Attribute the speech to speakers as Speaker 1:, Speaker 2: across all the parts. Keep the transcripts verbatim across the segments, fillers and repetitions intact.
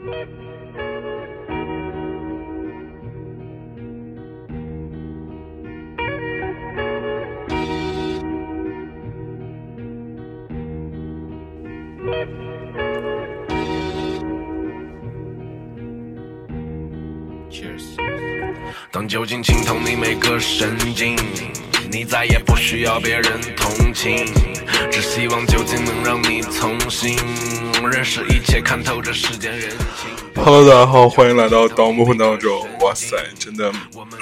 Speaker 1: 当酒精浸透你每个神经，你再也不需要别人同情，只希望酒精能让你重新认识一切，看透这世间人情。
Speaker 2: Hello， 大家好，欢迎来到盗墓魂当中。哇塞，真的，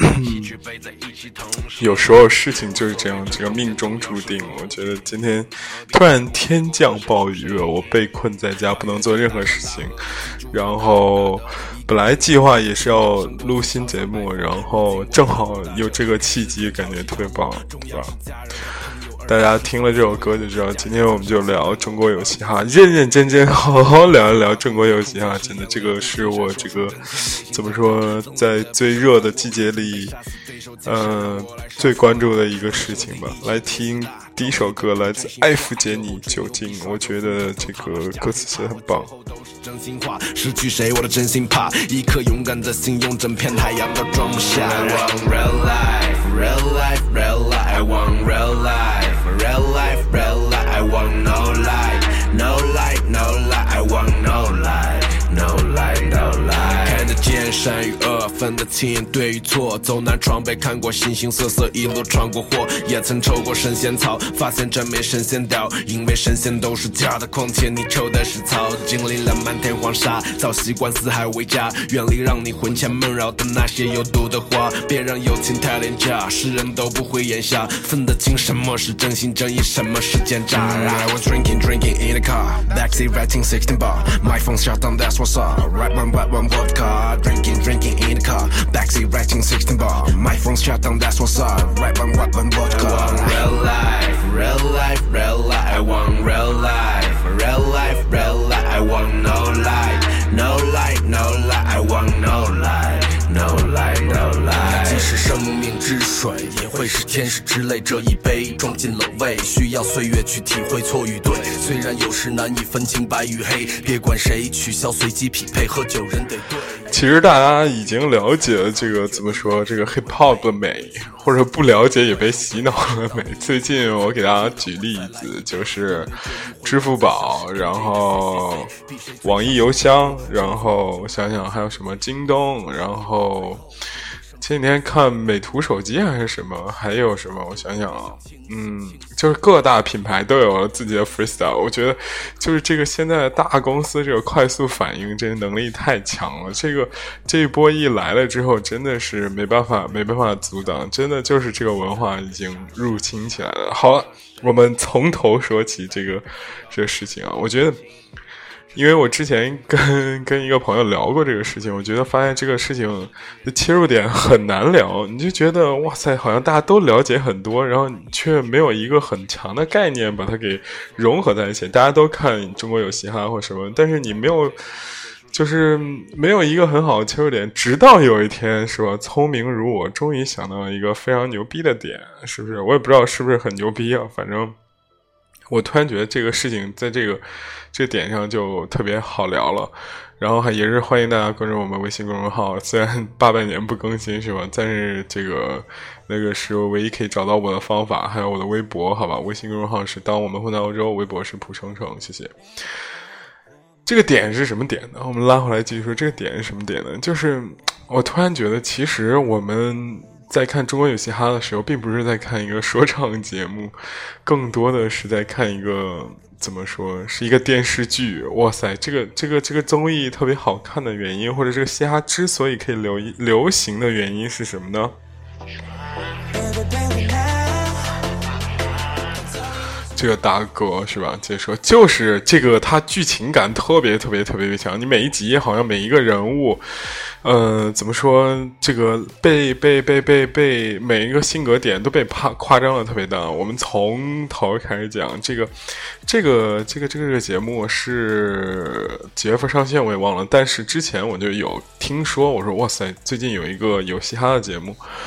Speaker 2: 有时候事情就是这样，这个命中注定。我觉得今天突然天降暴雨了，我被困在家，不能做任何事情。然后本来计划也是要录新节目，然后正好有这个契机，感觉特别棒，对吧？大家听了这首歌就知道，今天我们就聊中国有嘻哈，认认真真好好聊一聊中国有嘻哈。真的，这个是我这个怎么说，在最热的季节里，呃，最关注的一个事情吧。来听第一首歌，来自艾弗杰尼《酒精》，我觉得这个歌词写得很棒。
Speaker 1: 真心话，失去谁我的真心怕，一颗勇敢的心用整片太阳都装不下。I want real life, real life, real life. I want real life, real life, real life. I want no light, no light, no light. I want no light, no light, no light. 看得见善与恶，分得清对与错。走南闯北，看过形形色色，一路闯过祸，也曾抽过神仙草，发现真没神仙屌，因为神仙都是假的，况且你抽的是草。经历了满天黄沙，早习惯四海为家，远离让你魂牵梦绕的那些有毒的话，别让友情太廉价，世人都不会眼瞎，分得清什么是真心真意，什么是奸诈。I was drinking, drinking in the car, backseat writing sixteen bar, my phone shut down, that's what's up. Right one, right one vodka, drinking, drinking in the car, backseat writing sixteen bar, my phone shut down, that's what's up. Right one, right one vodka. I want real life, real life, real life. I want real life, real life, real life. I want no light, no light, no light. I want no light, no light, no light.
Speaker 3: 既是生命之水，也会是天使之泪。这一杯装进了胃，需要岁月去体会错与对。虽然有时难以分清白与黑，别管谁，取消随机匹配，喝酒人得对。
Speaker 2: 其实大家已经了解了这个怎么说，这个 hip hop 的美，或者不了解也被洗脑的美。最近我给大家举例子，就是支付宝，然后网易邮箱，然后想想还有什么京东，然后前几天看美图手机还是什么，还有什么我想想啊，嗯，就是各大品牌都有了自己的 freestyle。我觉得就是这个现在的大公司这个快速反应，这个能力太强了。这个这一波一来了之后，真的是没办法没办法阻挡，真的就是这个文化已经入侵起来了。好了，我们从头说起这个这个事情啊，我觉得。因为我之前跟跟一个朋友聊过这个事情，我觉得发现这个事情的切入点很难聊，你就觉得哇塞，好像大家都了解很多，然后你却没有一个很强的概念把它给融合在一起。大家都看中国有嘻哈或什么，但是你没有，就是没有一个很好的切入点。直到有一天，是吧？聪明如我，终于想到了一个非常牛逼的点，是不是？我也不知道是不是很牛逼啊，反正。我突然觉得这个事情在这个这个点上就特别好聊了，然后还也是欢迎大家关注我们微信公众号，虽然八百年不更新是吧，但是这个那个是唯一可以找到我的方法，还有我的微博，好吧，微信公众号是当我们混在欧洲，微博是蒲程程，谢谢。这个点是什么点呢？我们拉回来继续说，这个点是什么点呢？就是我突然觉得其实我们在看中国有嘻哈的时候，并不是在看一个说唱节目，更多的是在看一个怎么说，是一个电视剧。哇塞，这个这个这个综艺特别好看的原因，或者这个嘻哈之所以可以流流行的原因是什么呢？这个大哥是吧？接着说，就是这个他剧情感特别特别特别强，你每一集好像每一个人物呃，怎么说，这个被被被被被每一个性格点都被夸夸张的特别大。我们从头开始讲，这个这个这个这个这个节目是几月份上线我也忘了，但是之前我就有听说，我说哇塞，最近有一个有嘻哈的节目，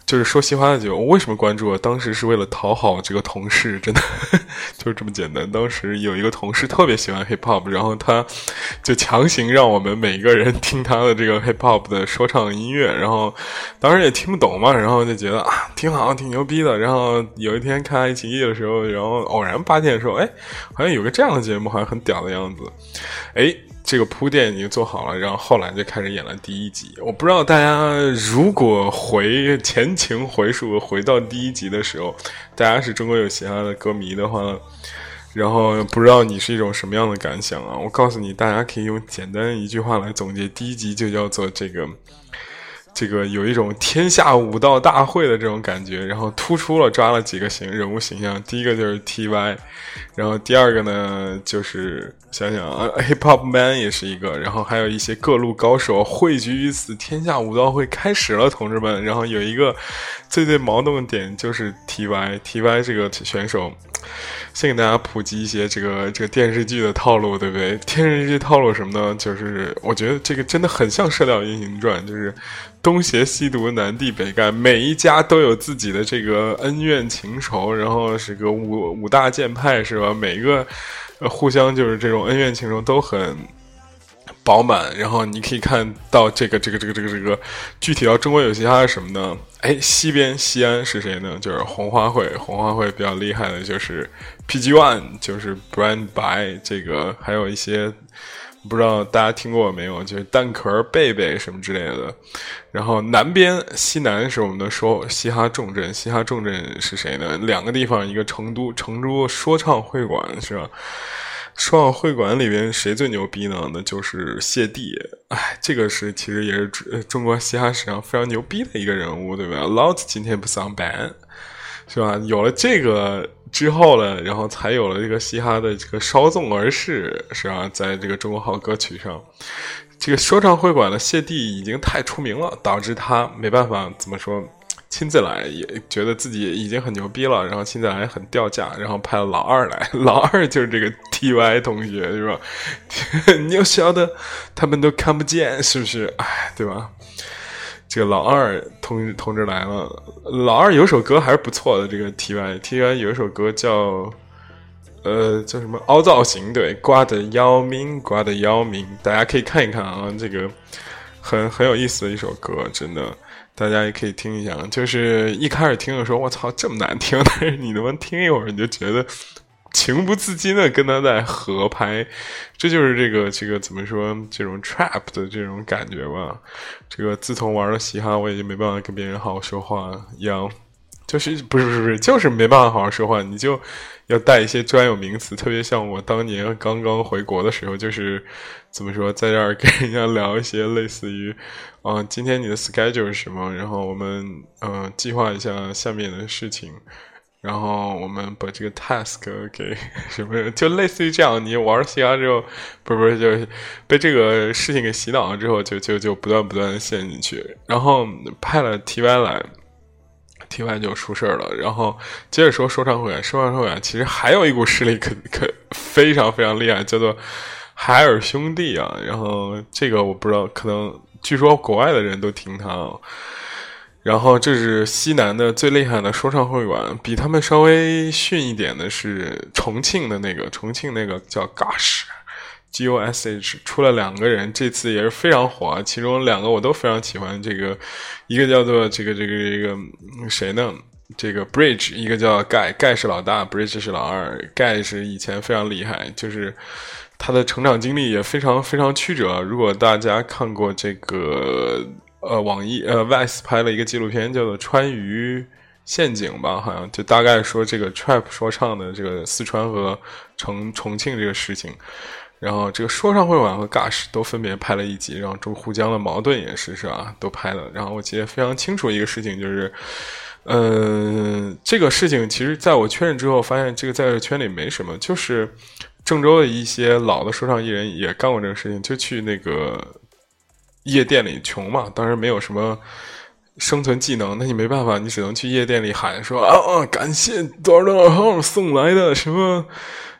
Speaker 2: 就是说嘻哈的节目，我为什么关注啊？当时是为了讨好这个同事，真的就是这么简单。当时有一个同事特别喜欢 hip hop， 然后他就强行让我们每个人听他的这个 hip hop 的说唱音乐，然后当时也听不懂嘛，然后就觉得啊挺好，挺牛逼的。然后有一天看爱奇艺的时候，然后偶然发现说，哎，好像有个这样的节目，好像很屌的样子，哎。这个铺垫已经做好了，然后后来就开始演了第一集。我不知道大家如果回前情回溯回到第一集的时候，大家是中国有嘻哈的歌迷的话，然后不知道你是一种什么样的感想啊？我告诉你，大家可以用简单一句话来总结，第一集就叫做这个这个有一种天下武道大会的这种感觉，然后突出了抓了几个形人物形象。第一个就是 T Y， 然后第二个呢就是想想啊 Hip Hop Man 也是一个，然后还有一些各路高手汇聚于此，天下武道会开始了，同志们。然后有一个最最矛盾的点就是 T Y T Y 这个选手。先给大家普及一些这个这个电视剧的套路，对不对？电视剧套路什么呢？就是我觉得这个真的很像《射雕英雄传》，就是东邪西毒南帝北丐，每一家都有自己的这个恩怨情仇，然后是个五五大剑派是吧？每一个、呃、互相就是这种恩怨情仇都很饱满，然后你可以看到这个这个这个这个这个具体到中国有嘻哈是什么呢？哎，西边西安是谁呢？就是红花会，红花会比较厉害的就是 P G One， 就是 Brand By， 这个还有一些不知道大家听过没有，就是蛋壳贝贝什么之类的。然后南边西南是我们的说嘻哈重镇，嘻哈重镇是谁呢？两个地方，一个成都，成都说唱会馆是吧？说唱会馆里边谁最牛逼呢？那就是谢帝。哎，这个是其实也是中国嘻哈史上非常牛逼的一个人物，对吧？老子今天不上班，是吧？有了这个之后呢，然后才有了这个嘻哈的这个稍纵而逝，是吧？在这个中国好歌曲上，这个说唱会馆的谢帝已经太出名了，导致他没办法怎么说。亲自来也觉得自己已经很牛逼了，然后亲自来很掉价，然后派了老二来，老二就是这个 T Y 同学，是吧？你要晓得他们都看不见，是不是？哎，对吧？这个老二同同志来了，老二有首歌还是不错的，这个 T Y T Y 有一首歌叫呃叫什么凹造型，对，刮得要命，刮得要命，大家可以看一看啊，这个很很有意思的一首歌，真的。大家也可以听一下，就是一开始听的时候，我操，这么难听！但是你能不能听一会儿，你就觉得情不自禁的跟他在合拍，这就是这个这个怎么说，这种 trap 的这种感觉吧。这个自从玩了嘻哈，我已经没办法跟别人好好说话一样，就是不是不是不是，就是没办法好好说话，你就要带一些专有名词，特别像我当年刚刚回国的时候，就是怎么说，在这儿跟人家聊一些类似于。啊、呃，今天你的 schedule 是什么？然后我们呃计划一下下面的事情，然后我们把这个 task 给什么，就类似于这样。你玩嘻哈之后，不是不是，就被这个事情给洗脑了之后，就就就不断不断的陷进去。然后派了 T Y 来 ，T Y 就出事了。然后接着说说唱会，说唱会其实还有一股势力可可非常非常厉害，叫做海尔兄弟啊。然后这个我不知道，可能。据说国外的人都听他、哦，然后这是西南的最厉害的说唱会馆，比他们稍微逊一点的是重庆的那个，重庆那个叫 Gosh G O S H 出了两个人，这次也是非常火，其中两个我都非常喜欢，这个一个叫做这个这个这个、嗯、谁呢？这个 Bridge， 一个叫盖，盖是老大 ，Bridge 是老二，盖是以前非常厉害，就是他的成长经历也非常非常曲折。如果大家看过这个呃网易呃 Vice 拍了一个纪录片叫做《川渝陷阱》吧，好像就大概说这个 trap 说唱的这个四川和重重庆这个事情。然后这个说唱会馆和 Gosh 都分别拍了一集，然后中沪江的矛盾也是是吧，都拍了。然后我记得非常清楚一个事情就是。呃，这个事情其实在我确认之后发现这个在这个圈里没什么，就是郑州的一些老的说唱艺人也干过这个事情，就去那个夜店里，穷嘛，当然没有什么生存技能，那你没办法，你只能去夜店里喊说啊啊，感谢多少多少号送来的什么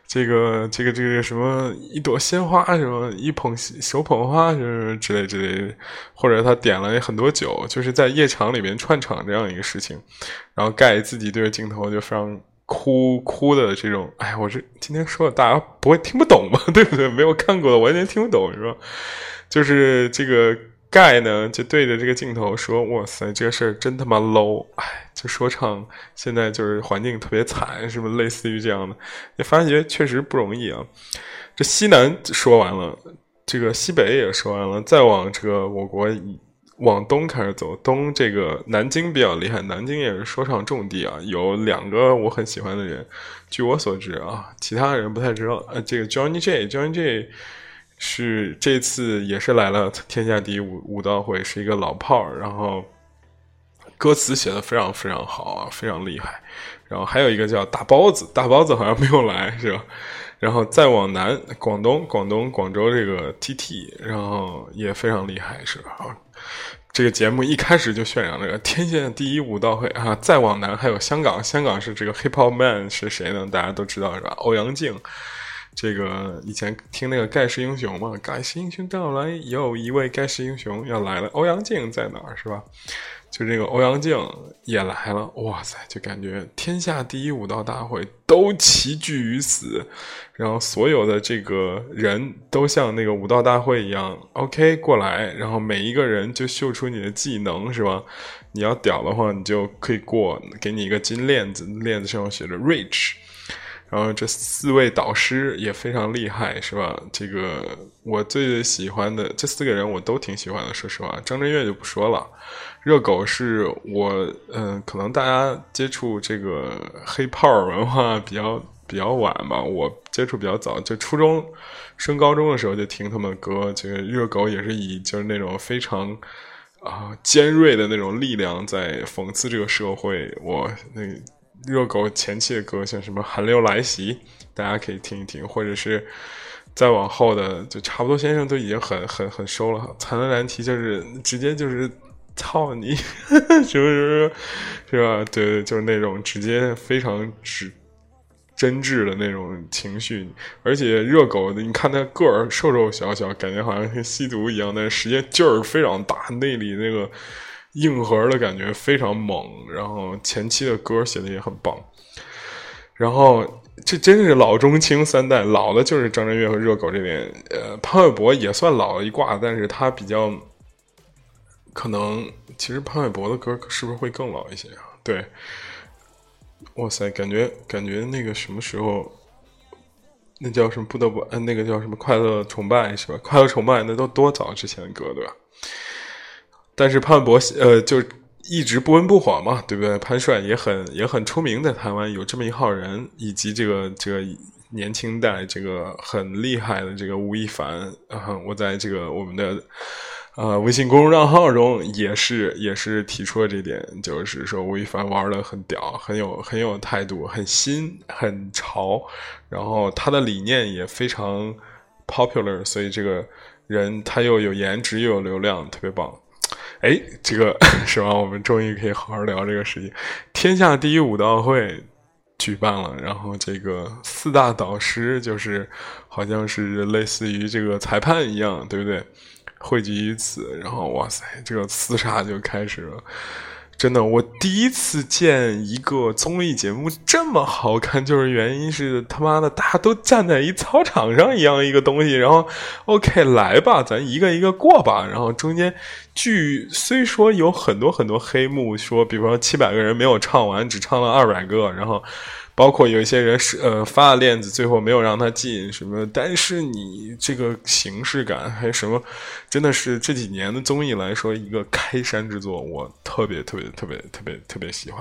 Speaker 2: 这个这个这个什么一朵鲜花什么一捧手捧花什么之类之类的，或者他点了很多酒，就是在夜场里面串场这样一个事情，然后盖自己对着镜头就非常哭哭的这种，哎，我这今天说的大家不会听不懂吧？对不对？没有看过的完全听不懂是吧？就是这个盖呢就对着这个镜头说，哇塞，这个事儿真他妈 low， 哎，就说唱现在就是环境特别惨，是不是类似于这样的？也发觉确实不容易啊。这西南说完了，这个西北也说完了，再往这个我国往东开始走，东这个南京比较厉害，南京也是说唱重地啊，有两个我很喜欢的人，据我所知啊，其他人不太知道。呃，这个 Johnny J，Johnny J。是这次也是来了天下第一武武道会，是一个老炮儿，然后歌词写的非常非常好啊，非常厉害。然后还有一个叫大包子，大包子好像没有来是吧？然后再往南，广东广东广州这个 T T， 然后也非常厉害是吧？这个节目一开始就渲染了个天下第一武道会啊。再往南还有香港，香港是这个 Hip Hop Man 是谁呢？大家都知道是吧？欧阳靖。这个以前听那个盖世英雄嘛，盖世英雄到来，有一位盖世英雄要来了，欧阳靖在哪儿是吧？就这个欧阳靖也来了，哇塞，就感觉天下第一武道大会都齐聚于此，然后所有的这个人都像那个武道大会一样 OK 过来，然后每一个人就秀出你的技能是吧？你要屌的话你就可以过，给你一个金链子，链子上写着 Rich。然后这四位导师也非常厉害是吧？这个我最喜欢的这四个人我都挺喜欢的，说实话。张震岳就不说了，热狗是我嗯、呃，可能大家接触这个黑炮文化比较比较晚吧，我接触比较早，就初中升高中的时候就听他们的歌。这个热狗也是以就是那种非常啊、呃、尖锐的那种力量在讽刺这个社会。我那热狗前期的歌像什么寒流来袭大家可以听一听，或者是再往后的就差不多先生都已经很很很收了，残的难题就是直接就是操你是不是是吧？对，就是那种直接非常直真挚的那种情绪。而且热狗你看他个儿瘦瘦小小，感觉好像跟吸毒一样，但是实际劲儿非常大，内里那个硬核的感觉非常猛，然后前期的歌写的也很棒，然后这真是老中青三代，老的就是张震岳和热狗这边，呃，潘玮柏也算老了一挂，但是他比较可能，其实潘玮柏的歌是不是会更老一些啊？对，哇塞，感觉感觉那个什么时候，那叫什么不得不，那个叫什么快乐崇拜是吧？快乐崇拜那都多早之前的歌对吧？但是潘玮柏呃就一直不温不火嘛，对不对？潘帅也很也很出名，在台湾有这么一号人，以及这个这个年轻代这个很厉害的这个吴亦凡啊，我在这个我们的呃微信公众账号中也是也是提出了这点，就是说吴亦凡玩的很屌，很有很有态度，很新很潮，然后他的理念也非常 popular， 所以这个人他又有颜值又有流量，特别棒。哎，这个是吧？我们终于可以好好聊这个事情。天下第一武道会举办了，然后这个四大导师就是好像是类似于这个裁判一样，对不对？汇集于此，然后哇塞，这个厮杀就开始了。真的，我第一次见一个综艺节目这么好看，就是原因是他妈的大家都站在一操场上一样一个东西，然后 OK 来吧，咱一个一个过吧，然后中间剧虽说有很多很多黑幕，说比方说七百个人没有唱完，只唱了二百个，然后包括有一些人是呃发了链子，最后没有让他进什么，但是你这个形式感还有什么，真的是这几年的综艺来说一个开山之作，我特别特别特别特别特别喜欢。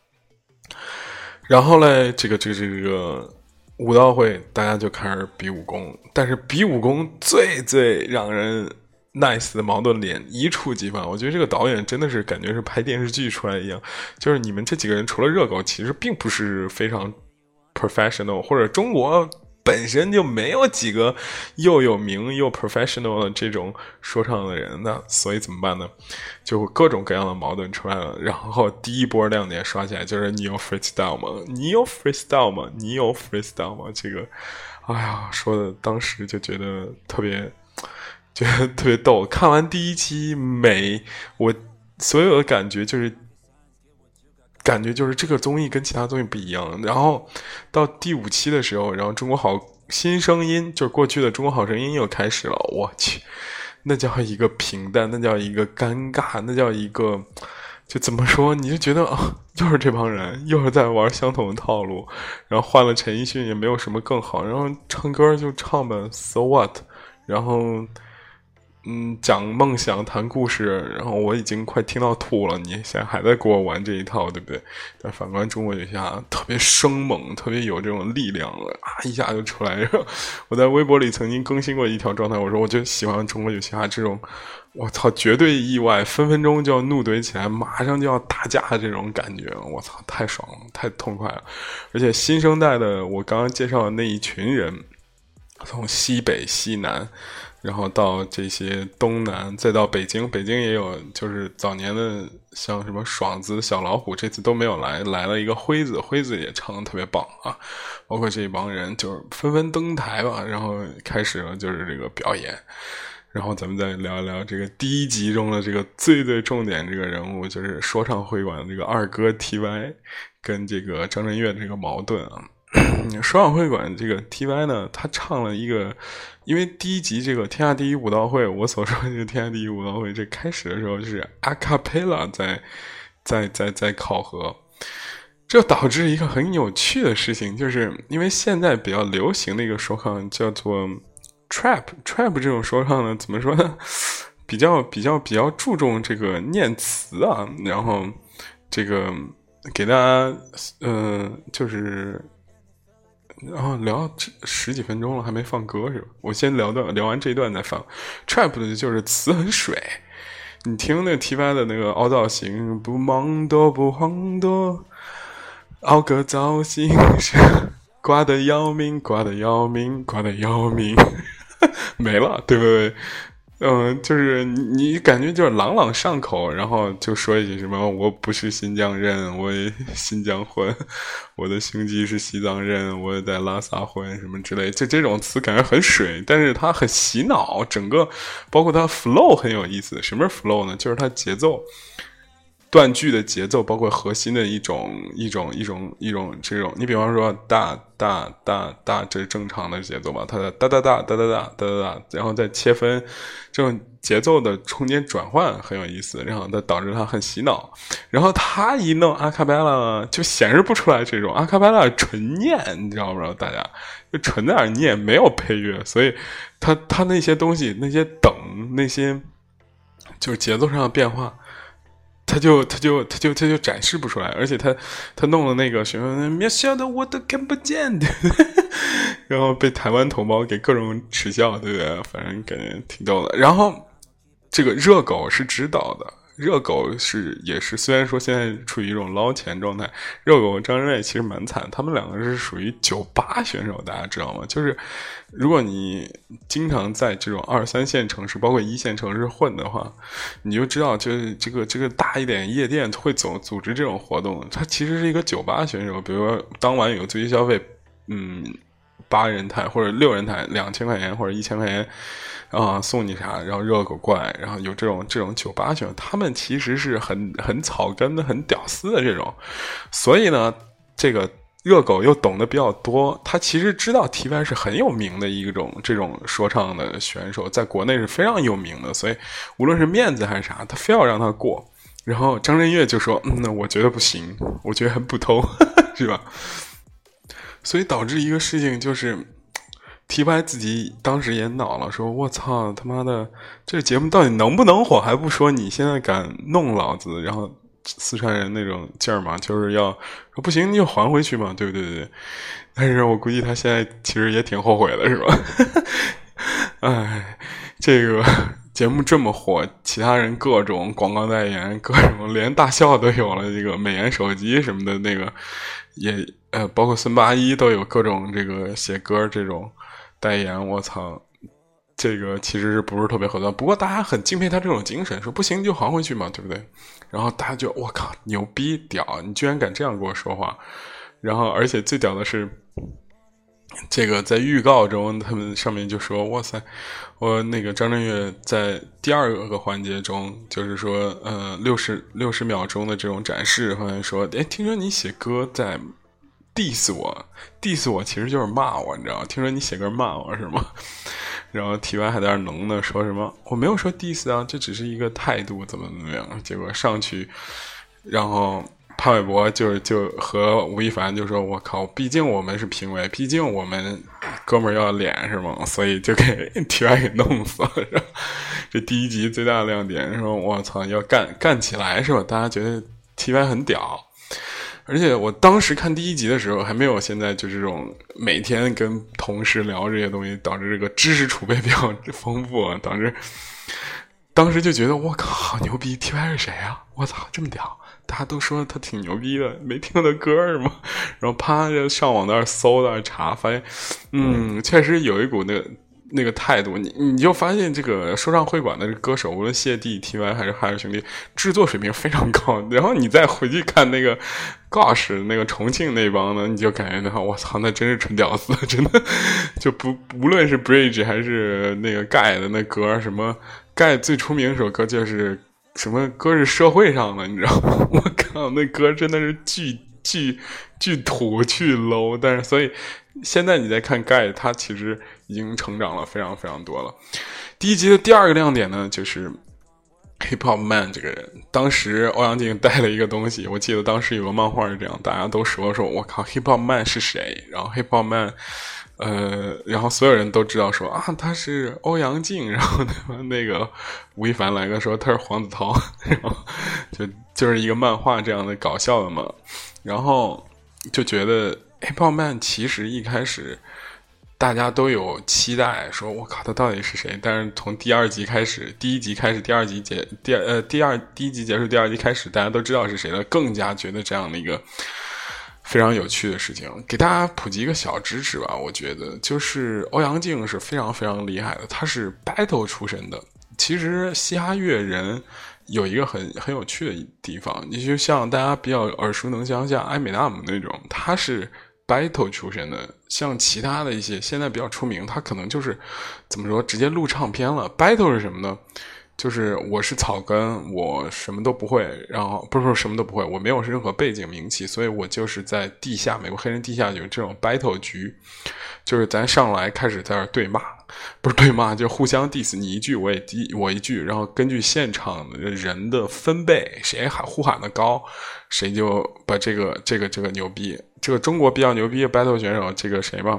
Speaker 2: 然后嘞，这个这个这个这个武道会大家就开始比武功，但是比武功最最让人 nice 的矛盾点一触即发，我觉得这个导演真的是感觉是拍电视剧出来一样，就是你们这几个人除了热狗其实并不是非常 professional， 或者中国本身就没有几个又有名又 professional 的这种说唱的人，那所以怎么办呢？就各种各样的矛盾出来了。然后第一波亮点刷起来就是你有 freestyle 吗？你有 freestyle 吗？你有 freestyle 吗？这个，哎呀，说的当时就觉得特别，觉得特别逗。看完第一期，每我所有的感觉就是。感觉就是这个综艺跟其他综艺不一样，然后到第五期的时候，然后中国好新声音就是过去的中国好声音又开始了，我去，那叫一个平淡，那叫一个尴尬，那叫一个就怎么说，你就觉得啊，又是这帮人，又是在玩相同的套路，然后换了陈奕迅也没有什么更好，然后唱歌就唱吧 ，so what， 然后。嗯，讲梦想谈故事，然后我已经快听到吐了，你现在还在给我玩这一套，对不对？但反观中国有些特别生猛，特别有这种力量了啊，一下就出来。我在微博里曾经更新过一条状态，我说我就喜欢中国有嘻哈这种，我操，绝对意外，分分钟就要怒怼起来，马上就要打架的这种感觉，我操，太爽了，太痛快了。而且新生代的，我刚刚介绍的那一群人，从西北西南。然后到这些东南，再到北京，北京也有，就是早年的像什么爽子、小老虎，这次都没有来，来了一个辉子，辉子也唱得特别棒啊，包括这帮人就是纷纷登台吧，然后开始了就是这个表演，然后咱们再聊一聊这个第一集中的这个最最重点这个人物，就是说唱会馆的这个二哥 T Y 跟这个张震岳这个矛盾啊。说唱会馆这个 T Y 呢，他唱了一个，因为第一集这个天下第一武道会，我所说的这个天下第一武道会，这开始的时候就是阿卡贝拉在在在在考核，这导致一个很有趣的事情，就是因为现在比较流行的一个说唱叫做 trap trap 这种说唱呢，怎么说呢？比较比较比较注重这个念词啊，然后这个给大家呃就是。然后聊十几分钟了，还没放歌是吧？我先聊到聊完这一段再放。Trap 的就是词很水，你听那个 T Y 的那个凹造型，不忙多不慌多，凹个造型是刮得要命，刮得要命，刮得要命，没了，对不对？嗯，就是你感觉就是朗朗上口，然后就说一句什么我不是新疆人，我也新疆混，我的兄弟是西藏人，我也在拉萨混什么之类，就这种词感觉很水，但是它很洗脑，整个包括它 flow 很有意思。什么是 flow 呢？就是它节奏断句的节奏，包括核心的一种一种一种一种这种，你比方说大大大大，这是正常的节奏吧？它的哒哒哒哒哒哒哒哒哒，然后再切分，这种节奏的中间转换很有意思，然后它导致它很洗脑。然后它一弄阿卡贝拉就显示不出来这种阿卡贝拉纯念，你知道不知道？大家就纯在那念，没有配乐，所以它它那些东西，那些等，那些就是节奏上的变化。他就他就他就他就展示不出来，而且他他弄了那个什么渺小的我都看不见的，然后被台湾同胞给各种耻笑，对不对？反正感觉挺逗的。然后这个热狗是知道的，热狗是也是虽然说现在处于一种捞钱状态，热狗和张震岳其实蛮惨，他们两个是属于酒吧选手，大家知道吗？就是如果你经常在这种二三线城市包括一线城市混的话，你就知道就是这个这个大一点夜店会总组织这种活动，它其实是一个酒吧选手，比如说当晚有最低消费嗯八人台或者六人台两千块钱或者一千块钱啊、呃，送你啥，然后热狗过来，然后有这种这种酒吧选手，他们其实是很很草根的很屌丝的这种，所以呢这个热狗又懂得比较多，他其实知道 T Y 是很有名的一种这种说唱的选手，在国内是非常有名的，所以无论是面子还是啥，他非要让他过。然后张震岳就说：“嗯，那我觉得不行，我觉得很普通，是吧？”所以导致一个事情就是 ，T Y 自己当时也恼了，说：“我操，他妈的，这个节目到底能不能火？还不说你现在敢弄老子，然后。”四川人那种劲儿嘛，就是要说不行你就还回去嘛，对不对对？但是我估计他现在其实也挺后悔的，是吧？哎，这个节目这么火，其他人各种广告代言，各种连大笑都有了，这个美颜手机什么的，那个也呃，包括孙八一都有各种这个写歌这种代言，我操，这个其实是不是特别合算？不过大家很敬佩他这种精神，说不行就还回去嘛，对不对？然后大家就我靠牛逼屌，你居然敢这样跟我说话！然后而且最屌的是，这个在预告中他们上面就说哇塞，我那个张震岳在第二个环节中就是说呃六十六十秒钟的这种展示，好像说哎听说你写歌在 diss 我 diss 我其实就是骂我，你知道吗？听说你写歌骂我是吗？然后体外还在那能呢，说什么我没有说 diss 啊，这只是一个态度怎么怎么样。结果上去，然后潘玮柏就就和吴亦凡就说我靠，毕竟我们是评委，毕竟我们哥们儿要脸是吗？所以就给体外给弄死了。这第一集最大的亮点说我操要干干起来是吧？大家觉得体外很屌。而且我当时看第一集的时候还没有现在就这种每天跟同事聊这些东西，导致这个知识储备比较丰富，导致当时就觉得我靠好牛逼 T Y 是谁啊，我操这么屌，大家都说他挺牛逼的，没听他歌是吗？然后啪就上网那儿搜那儿查，发现嗯确实有一股那个那个态度，你你就发现这个说唱会馆的这个歌手，无论谢帝 T Y 还是海尔兄弟，制作水平非常高。然后你再回去看那个 Gosh 那个重庆那帮呢，你就感觉到我操，那真是纯屌丝，真的就不无论是 Bridge 还是那个盖的那歌，什么盖最出名的首歌就是什么歌是社会上的，你知道吗？我靠，那歌真的是巨巨巨土巨 low， 但是所以现在你再看盖，他其实已经成长了非常非常多了。第一集的第二个亮点呢，就是 Hip Hop Man 这个人。当时欧阳靖带了一个东西，我记得当时有个漫画是这样，大家都说说我靠 Hip Hop Man 是谁，然后 Hip Hop Man呃，然后所有人都知道说啊他是欧阳靖，然后那个吴亦凡来个说他是黄子韬，然后就就是一个漫画这样的搞笑的嘛，然后就觉得 Hip Hop Man 其实一开始大家都有期待，说我靠他到底是谁？但是从第二集开始，第一集开始，第二集结第呃第二第一集结束，第二集开始，大家都知道是谁了，更加觉得这样的一个非常有趣的事情。给大家普及一个小知识吧，我觉得就是欧阳靖是非常非常厉害的，他是 battle 出身的。其实嘻哈乐人有一个很很有趣的地方，你就像大家比较耳熟能详，像艾美纳姆那种，他是battle 出身的。像其他的一些现在比较出名，他可能就是怎么说直接录唱片了。battle 是什么呢？就是我是草根，我什么都不会，然后不是说什么都不会，我没有任何背景名气，所以我就是在地下，美国黑人地下有这种 battle 局，就是咱上来开始在这对骂，不是对骂，就互相 diss， 你一句我也我一句，然后根据现场的人的分贝，谁喊呼喊的高，谁就把这个这个这个牛逼。这个中国比较牛逼的 battle 选手，这个谁吧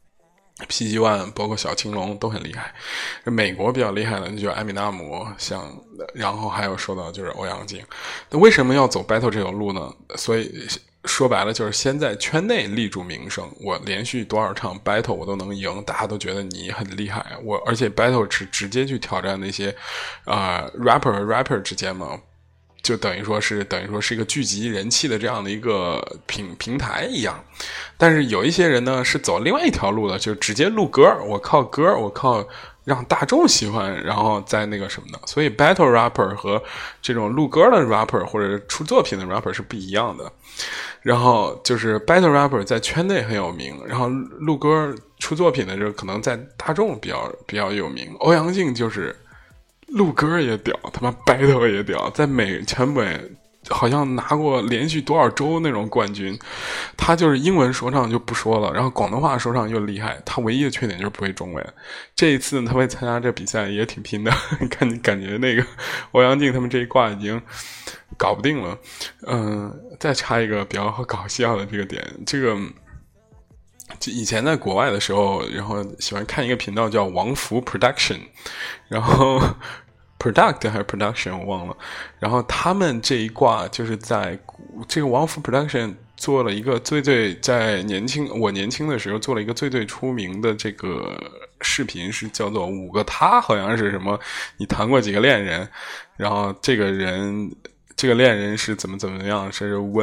Speaker 2: ，P G One 包括小青龙都很厉害。美国比较厉害的就艾米纳姆，像然后还有说到就是欧阳靖。那为什么要走 battle 这条路呢？所以说白了就是先在圈内立住名声，我连续多少场 battle 我都能赢，大家都觉得你很厉害。我而且 battle 是直接去挑战那些啊、呃、rapper 和 rapper 之间嘛。就等于说是等于说是一个聚集人气的这样的一个平平台一样，但是有一些人呢是走另外一条路的，就直接录歌，我靠歌，我靠让大众喜欢，然后再那个什么的。所以 battle rapper 和这种录歌的 rapper 或者出作品的 rapper 是不一样的。然后就是 battle rapper 在圈内很有名，然后录歌出作品的这可能在大众比较比较有名。欧阳靖就是录歌也屌，他妈 battle 也屌，在美全美好像拿过连续多少周那种冠军。他就是英文说唱就不说了，然后广东话说唱又厉害，他唯一的缺点就是不会中文。这一次呢，他会参加这比赛也挺拼的，看感觉那个欧阳靖他们这一挂已经搞不定了。嗯、呃，再插一个比较搞笑的这个点，这个就以前在国外的时候，然后喜欢看一个频道叫王福 Production， 然后 Product 还是 Production 我忘了，然后他们这一挂就是在这个王福 Production 做了一个最最在年轻我年轻的时候做了一个最最出名的这个视频，是叫做五个他，好像是什么你谈过几个恋人，然后这个人这个恋人是怎么怎么样，是问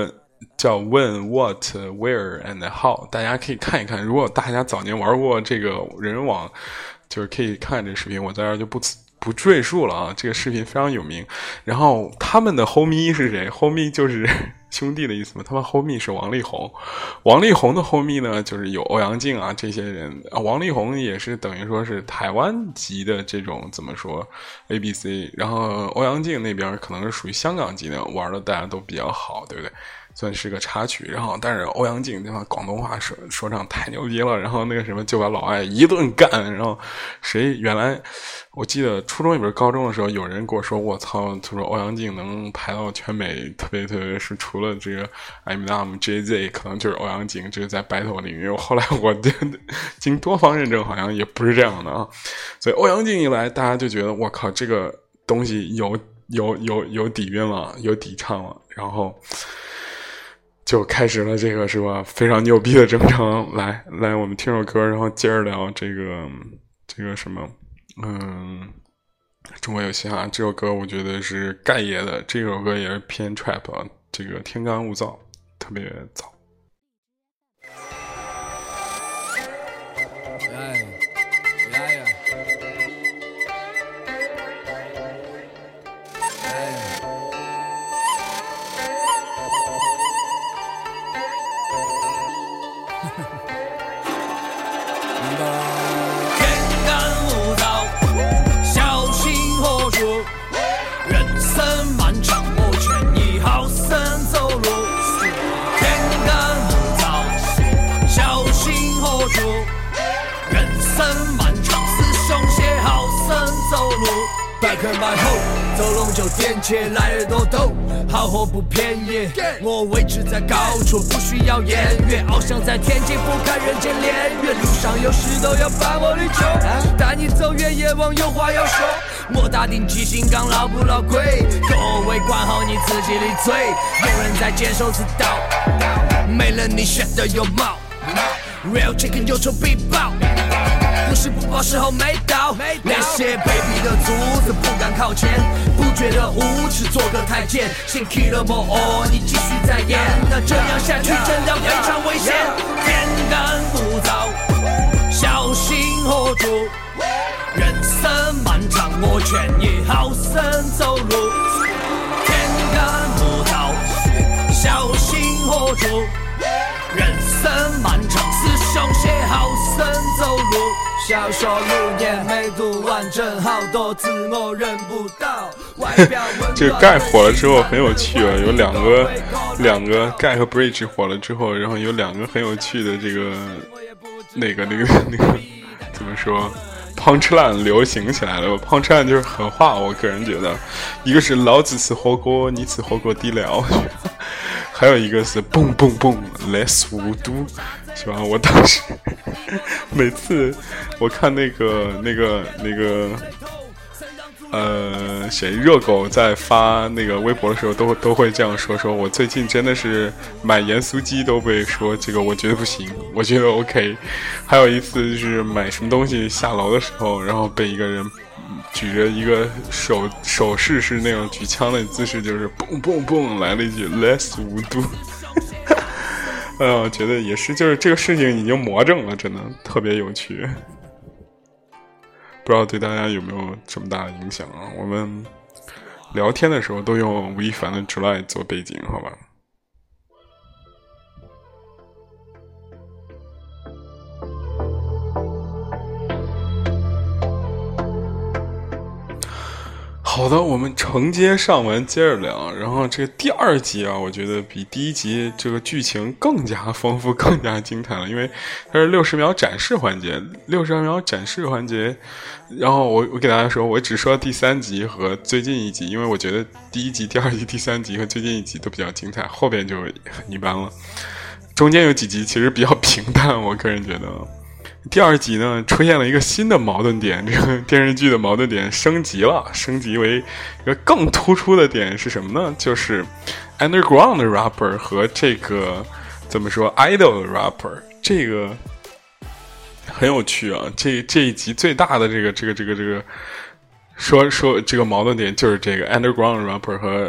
Speaker 2: 叫 When What Where and How， 大家可以看一看。如果大家早年玩过这个人人网，就是可以看这视频，我在这儿就不不赘述了啊。这个视频非常有名。然后他们的 homie 是谁 ？homie 就是兄弟的意思嘛。他们 homie 是王力宏，王力宏的 homie 呢就是有欧阳靖啊这些人啊。王力宏也是等于说是台湾籍的这种怎么说 A B C， 然后欧阳靖那边可能是属于香港籍的，玩的大家都比较好，对不对？算是个插曲。然后但是欧阳靖对吧，广东话说说唱太牛逼了，然后那个什么就把老艾一顿干。然后谁原来我记得初中也不是高中的时候，有人跟我说我操，他说欧阳靖能排到全美，特别特别是除了这个 Eminem J Z 可能就是欧阳靖，这个在 battle 领域。后来我经多方认证好像也不是这样的啊。所以欧阳靖一来，大家就觉得我靠，这个东西有有有有底蕴了，有底唱了，然后就开始了这个是吧非常牛逼的征程。来来我们听首歌，然后接着聊这个这个什么嗯中国有嘻哈。这首歌我觉得是盖爷的，这首歌也是偏 trap 啊，这个天干物燥，特别燥。
Speaker 3: 百客买后，走龙就颠切，来日多逗，好货不便宜。我位置在高处，不需要言语，翱翔在天际，不看人间炼狱。路上有石头要把我力求，带你走远夜望有话要说。莫打定记心肝牢不牢归，各位管好你自己的嘴。有人在坚守自盗，没人你选的有貌。Real chicken 有仇必报。不是不报，时候没到。那些卑鄙的卒子不敢靠前，不觉得无耻，做个太监。先 kill them all， 你继续再演，那这样下去真的非常危险。天干物燥，小心 hold 住。人生漫长，我劝你好生走路。天干物燥，小心 hold 住。人生漫长，师兄写好生走路。小说六年没读完整，好多字我认不到。
Speaker 2: 这个盖火了之后很有趣啊，有两个两个盖和 Bridge 火了之后，然后有两个很有趣的这个那个那个那个怎么说？punchline 流行起来了。punchline 就是狠话，我个人觉得，一个是老子吃火锅，你吃火锅底料，还有一个是蹦蹦蹦 less 无毒，是吧？我当时每次我看那个那个那个呃谁热狗在发那个微博的时候，都都会这样说，说我最近真的是买盐酥鸡都被说这个我觉得不行，我觉得 OK。还有一次是买什么东西下楼的时候，然后被一个人举着一个手手势是那种举枪的姿势，就是蹦蹦蹦来了一句 less 无毒。呃，我觉得也是，就是这个事情已经魔怔了，真的特别有趣。不知道对大家有没有这么大的影响啊？我们聊天的时候都用吴亦凡的 July 做背景，好吧？好的，我们承接上文接着聊。然后这个第二集啊，我觉得比第一集这个剧情更加丰富，更加精彩了，因为它是六十秒展示环节，六十秒展示环节。然后我我给大家说，我只说第三集和最近一集，因为我觉得第一集、第二集、第三集和最近一集都比较精彩，后边就很一般了。中间有几集其实比较平淡，我个人觉得。第二集呢，出现了一个新的矛盾点，这个电视剧的矛盾点升级了，升级为一个更突出的点是什么呢？就是 underground rapper 和这个怎么说 idol rapper， 这个很有趣啊。这这一集最大的这个这个这个这个说说这个矛盾点就是这个 underground rapper 和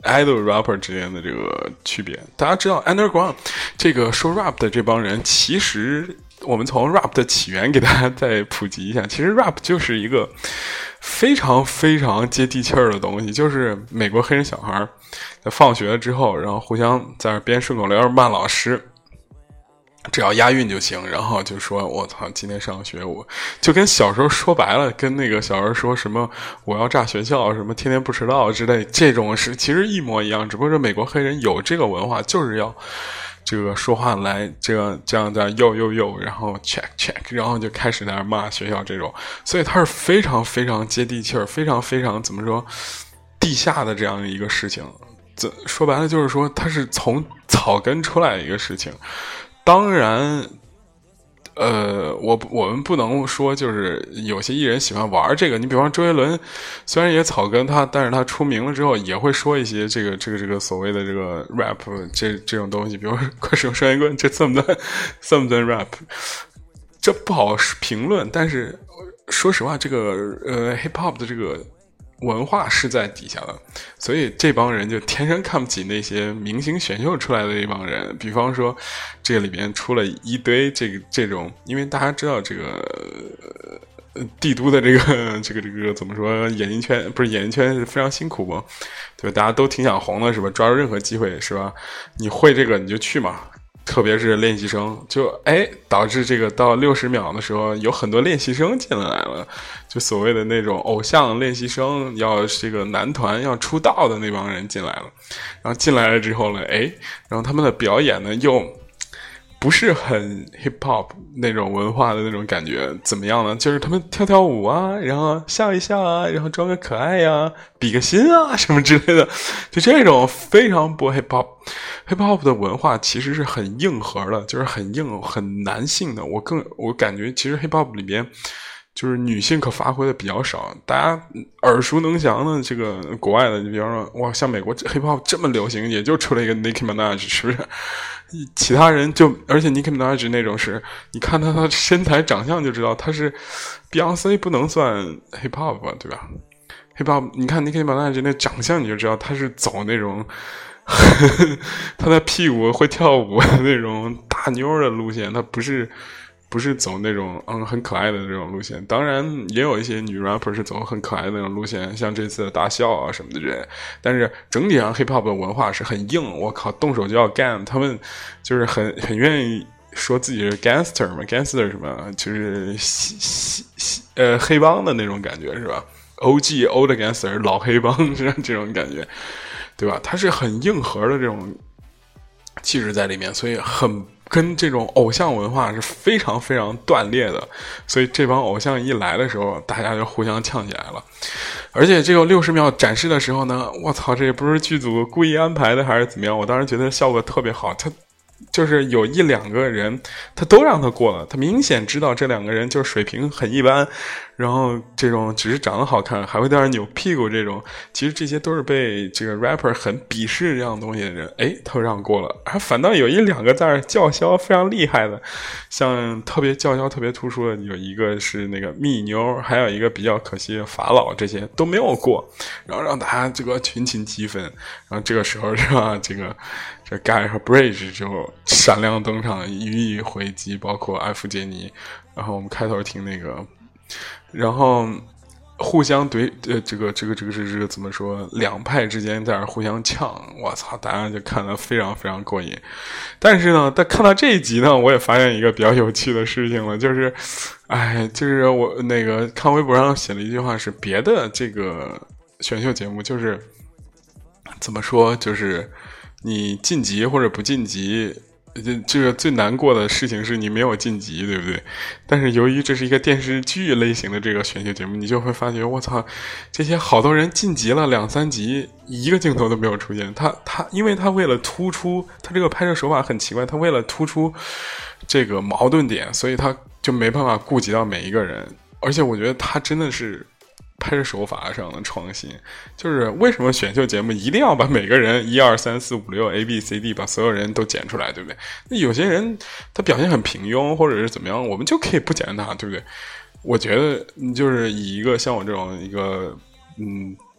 Speaker 2: idol rapper 之间的这个区别。大家知道 underground 这个说 rap 的这帮人，其实我们从 rap 的起源给大家再普及一下，其实 rap 就是一个非常非常接地气儿的东西，就是美国黑人小孩在放学了之后，然后互相在那编顺口溜骂老师，只要押韵就行，然后就说我操，今天上学我就跟小时候说白了，跟那个小时候说什么我要炸学校，什么天天不迟到之类，这种是其实一模一样，只不过是美国黑人有这个文化，就是要这个说话来这样这样在又又又，然后 check check， 然后就开始在那骂学校这种，所以它是非常非常接地气儿，非常非常怎么说地下的这样一个事情。这说白了就是说它是从草根出来的一个事情。当然呃，我我们不能说就是有些艺人喜欢玩这个，你比方周杰伦，虽然也草根他，但是他出名了之后也会说一些这个这个这个所谓的这个 rap 这这种东西，比如说快使用双截棍，这这么段这么段 rap， 这不好评论。但是说实话，这个呃 hip hop 的这个文化是在底下的，所以这帮人就天生看不起那些明星选秀出来的一帮人。比方说这个里面出了一堆这个这种，因为大家知道这个呃帝都的这个这个这个怎么说，演艺圈不是演艺圈是非常辛苦嘛，对吧？大家都挺想红的是吧？抓住任何机会是吧？你会这个你就去嘛。特别是练习生，就哎导致这个到六十秒的时候，有很多练习生进来了，就所谓的那种偶像练习生，要这个男团要出道的那帮人进来了。然后进来了之后呢，哎，然后他们的表演呢又不是很 hip hop 那种文化的那种感觉，怎么样呢？就是他们跳跳舞啊，然后笑一笑啊，然后装个可爱呀、啊，比个心啊什么之类的，就这种非常不 hip hop。hip hop 的文化其实是很硬核的，就是很硬很男性的。我更我感觉其实 hip hop 里边就是女性可发挥的比较少，大家耳熟能详的这个国外的，你比方说哇，像美国 hip hop 这么流行，也就出了一个 Nicki Minaj， 是不是？其他人就而且 Nicki Minaj 那种是，你看他他身材长相就知道他是 Beyonce 不能算 hip hop 吧，对吧 ？hip hop 你看 Nicki Minaj 那长相你就知道他是走那种。他的屁股会跳舞的那种大妞的路线，他不是不是走那种嗯很可爱的那种路线。当然也有一些女 rapper 是走很可爱的那种路线，像这次的大笑啊什么的这些。但是整体上 hip hop 的文化是很硬，我靠，动手就要干，他们就是很很愿意说自己是 gangster 嘛 ，gangster 什么就是西西西呃黑帮的那种感觉是吧 ？O G old gangster 老黑帮是这种感觉。对吧？它是很硬核的这种气质在里面，所以很跟这种偶像文化是非常非常断裂的。所以这帮偶像一来的时候，大家就互相呛起来了。而且这个六十秒展示的时候呢，我操，这也不是剧组故意安排的还是怎么样？我当时觉得效果特别好，他就是有一两个人他都让他过了，他明显知道这两个人就是水平很一般，然后这种只是长得好看还会在那扭屁股这种，其实这些都是被这个 rapper 很鄙视这样东西的人，诶他让过了，还反倒有一两个在那叫嚣非常厉害的，像特别叫嚣特别突出的有一个是那个蜜妞，还有一个比较可惜的法老，这些都没有过，然后让大家这个群情激愤，然后这个时候是吧，这个这 Guy 和 Bridge 就闪亮登场予以回击，包括艾弗杰尼，然后我们开头听那个，然后互相对呃这个这个这个是这个怎么说，两派之间在那互相呛，我操，大家就看得非常非常过瘾。但是呢，但看到这一集呢，我也发现一个比较有趣的事情了，就是哎就是我那个看微博上写了一句话，是别的这个选秀节目就是怎么说，就是你晋级或者不晋级，这个最难过的事情是你没有晋级，对不对？但是由于这是一个电视剧类型的这个选秀节目，你就会发觉，我操，这些好多人晋级了两三集，一个镜头都没有出现。他他，因为他为了突出，他这个拍摄手法很奇怪，他为了突出这个矛盾点，所以他就没办法顾及到每一个人。而且我觉得他真的是拍摄手法上的创新，就是为什么选秀节目一定要把每个人一二三四五六 A B C D 把所有人都剪出来，对不对？那有些人他表现很平庸或者是怎么样，我们就可以不剪他，对不对？我觉得就是以一个像我这种一个嗯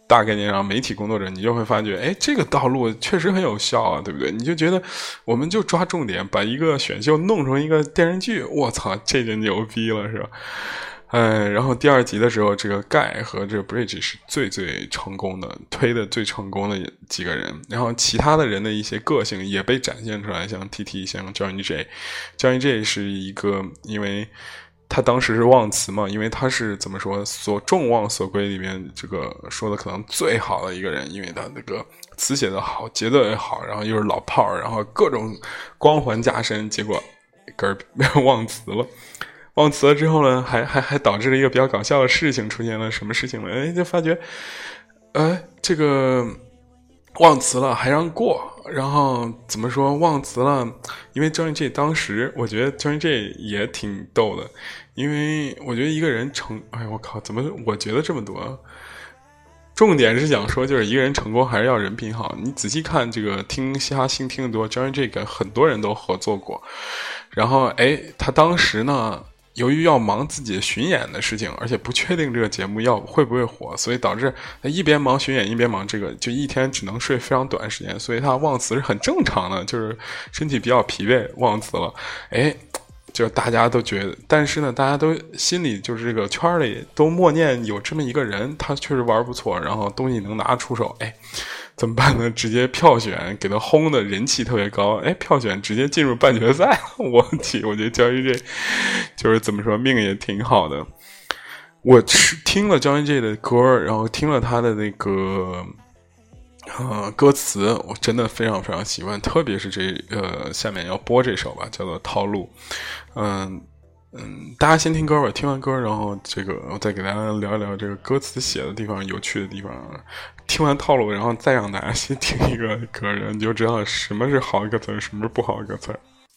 Speaker 2: 大概念上媒体工作者，你就会发觉，哎，这个道路确实很有效啊，对不对？你就觉得我们就抓重点，把一个选秀弄成一个电视剧，我操，这就牛逼了，是吧？嗯，然后第二集的时候，这个盖和这个 Bridge 是最最成功的，推的最成功的几个人，然后其他的人的一些个性也被展现出来，像 T T， 像 Johnny J，Johnny J 是一个，因为他当时是忘词嘛，因为他是怎么说，所众望所归里面这个说的可能最好的一个人，因为他那个词写的好，节奏也好，然后又是老炮儿，然后各种光环加身，结果根儿忘词了。忘词了之后呢，还还还导致了一个比较搞笑的事情出现了。什么事情呢？哎，就发觉，哎，这个忘词了还让过，然后怎么说忘词了？因为 Johnny J 当时，我觉得 Johnny J 也挺逗的，因为我觉得一个人成，哎我靠，怎么我觉得这么多？重点是想说，就是一个人成功还是要人品好。你仔细看这个听嘻哈星听得多 ，Johnny J 跟很多人都合作过，然后哎，他当时呢。由于要忙自己的巡演的事情，而且不确定这个节目要会不会火，所以导致他一边忙巡演一边忙这个，就一天只能睡非常短时间，所以他忘词是很正常的，就是身体比较疲惫忘词了。哎，就大家都觉得，但是呢，大家都心里就是这个圈里都默念有这么一个人，他确实玩不错，然后东西能拿出手，哎。怎么办呢？直接票选给他轰的人气特别高，哎，票选直接进入半决赛，我去，我觉得Johnny J就是怎么说命也挺好的。我听了Johnny J的歌，然后听了他的那个呃歌词，我真的非常非常喜欢，特别是这呃下面要播这首吧，叫做《套路》，嗯。嗯，大家先听歌吧，听完歌，然后这个我再给大家聊一聊这个歌词写的地方、有趣的地方。听完套路，然后再让大家先听一个歌，你就知道什么是好歌词，什么是不好歌词。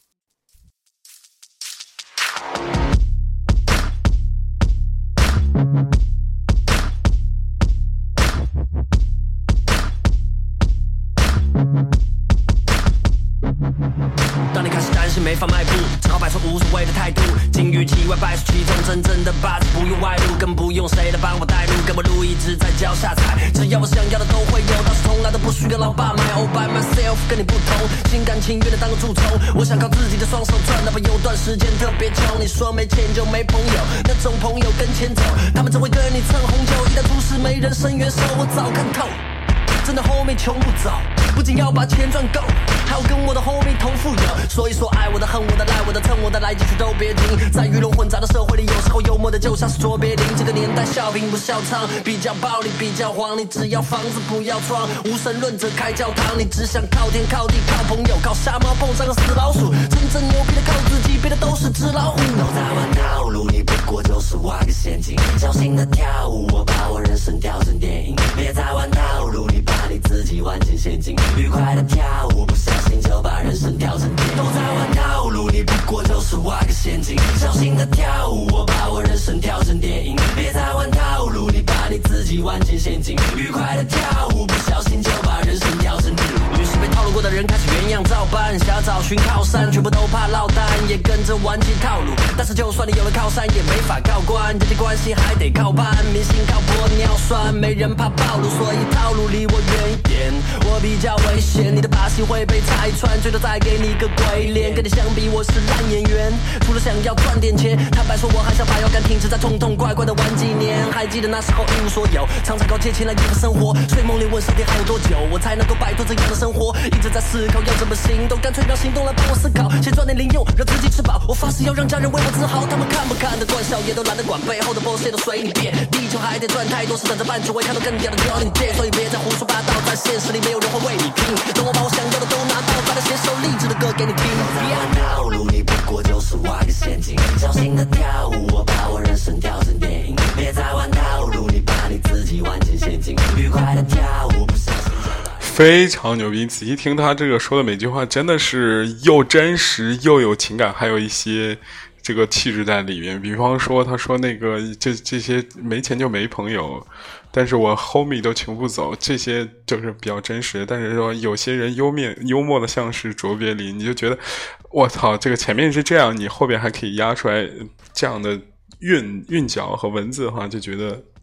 Speaker 4: 当你开始担心没法迈步，只好摆出无所谓的态度，金玉其外败出其中，真正的把子不用外露，更不用谁来帮我带路，跟我路一直在脚下踩，只要我想要的都会有，倒是从来都不需要老爸买。All by myself 跟你不同，心甘情愿的当个蛀虫，我想靠自己的双手赚，哪怕有段时间特别穷。你说没钱就没朋友，那种朋友跟钱走，他们只会跟你蹭红酒，一旦出事没人伸援手，我早看透。真的 homie 穷不走，不仅要把钱赚够，还要跟我的 homie 同富有。所以说爱我的恨我的赖我的蹭我的来继续都别停，在鱼龙混杂的社会里，有时候幽默的就像是卓别林。这个年代笑贫不笑娼，比较暴力比较黄，你只要房子不要窗，无神论者开教堂，你只想靠天靠地靠朋友，靠瞎猫碰上个死老鼠，真正牛逼的靠自己，别的都是纸老虎。都在玩套路，你不过就是挖个陷阱，小心的跳舞，我把我人生调成电影，别再玩套路，你把你自己玩进陷阱，愉快的跳舞，不小心就把人生调成电影。都在玩套路，你不过就是挖个陷阱，小心的跳舞，我把我人生调成电影，别再玩套路，你把你自己玩进陷阱，愉快的跳舞，不小心就把人生调成电影。于是被套路过的人开始原样照搬，想要找寻靠山，全部都怕落单，也跟着玩起套路。但是就算你有了靠山，也没法靠关，人际关系还得靠伴，明星靠玻尿酸，没人怕暴露，所以套路离我远一点，我比较危险，你的把戏会被拆穿，最多再给你个鬼脸。跟你相比我是烂演员，除了想要赚点钱，坦白说我还想把腰杆挺直，再痛痛快快的玩几年。还记得那时候一无所有，常常靠借钱来应付生活，睡梦里问上天还有多久我才能够摆脱这样的生活，一直在思考要怎么行动，干脆让行动来帮我思考，先赚点零用让自己吃饱，我发誓要让家人为我自豪，他们看不看得惯笑也都懒得管，背后的 bullshit 都随你便，地球还得转太多，是等着半只会看到更屌的 Johnny J， 所以别再胡说八道，在现实里没有人会为你拼，等我把我想要的都拿到，再来写首励志的歌给你听。别玩套路，你不过就是挖个陷阱，小心的跳舞，我把我人生调成电影，别再玩套路，你把你自己玩进陷阱，愉快的跳舞，不小心
Speaker 2: 非常牛逼，仔细听他这个说的每句话真的是又真实又有情感，还有一些这个气质在里面。比方说他说那个这这些没钱就没朋友，但是我 homie 都穷不走，这些就是比较真实。但是说有些人幽默幽默的像是卓别林，你就觉得我操，这个前面是这样，你后边还可以压出来这样的韵韵脚和文字的话，就觉得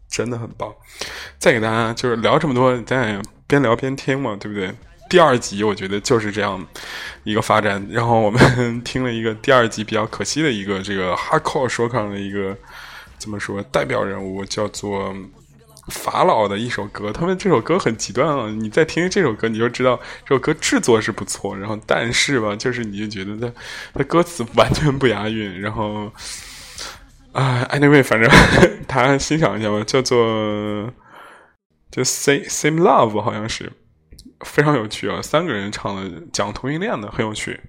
Speaker 2: 真的很棒。再给大家就是聊这么多，咱也边聊边听嘛，对不对？第二集我觉得就是这样一个发展，然后我们听了一个第二集比较可惜的一个这个 hardcore 说唱的一个怎么说代表人物，叫做法老的一首歌。他们这首歌很极端啊，你再听这首歌你就知道这首歌制作是不错，然后但是吧就是你就觉得它它歌词完全不押韵，然后啊、呃、anyway 反正大家欣赏一下吧，叫做就 Same Same Love 好像是非常有趣啊，三个人唱的讲同性恋的，很有趣。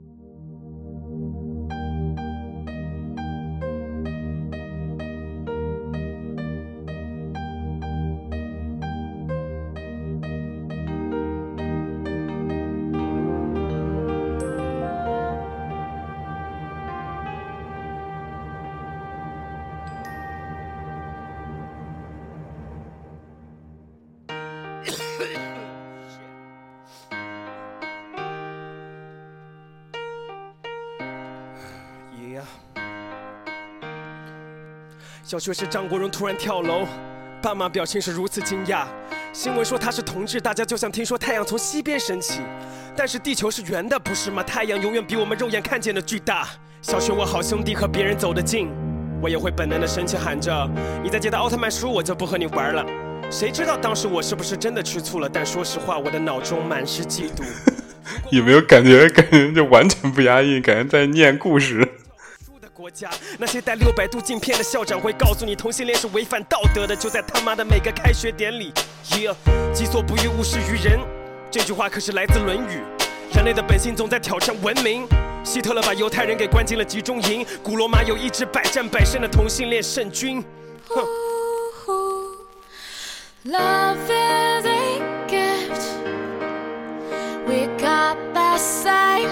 Speaker 5: 小学时张国荣突然跳楼，爸妈表情是如此惊讶。新闻说他是同志，大家就像听说太阳从西边升起。但是地球是圆的，不是吗？太阳永远比我们肉眼看见的巨大。小学我好兄弟和别人走得近，我也会本能的生气喊着你在街道奥特曼输我就不和你玩了。谁知道当时我是不是真的吃醋了？但说实话我的脑中满是嫉妒。
Speaker 2: 有没有感觉感觉就完全不押韵，感觉在念故事。
Speaker 5: 国家那些带六百度镜片的校长会告诉你同性恋是违反道德的，就在他妈的每个开学典礼。Yeah， 己所不欲勿施于人，这句话可是来自《论语》。人类的本性总在挑战文明。希特勒把犹太人给关进了集中营，古罗马有一支百战百胜的同性恋圣军。哼。Love is a gift we got that side.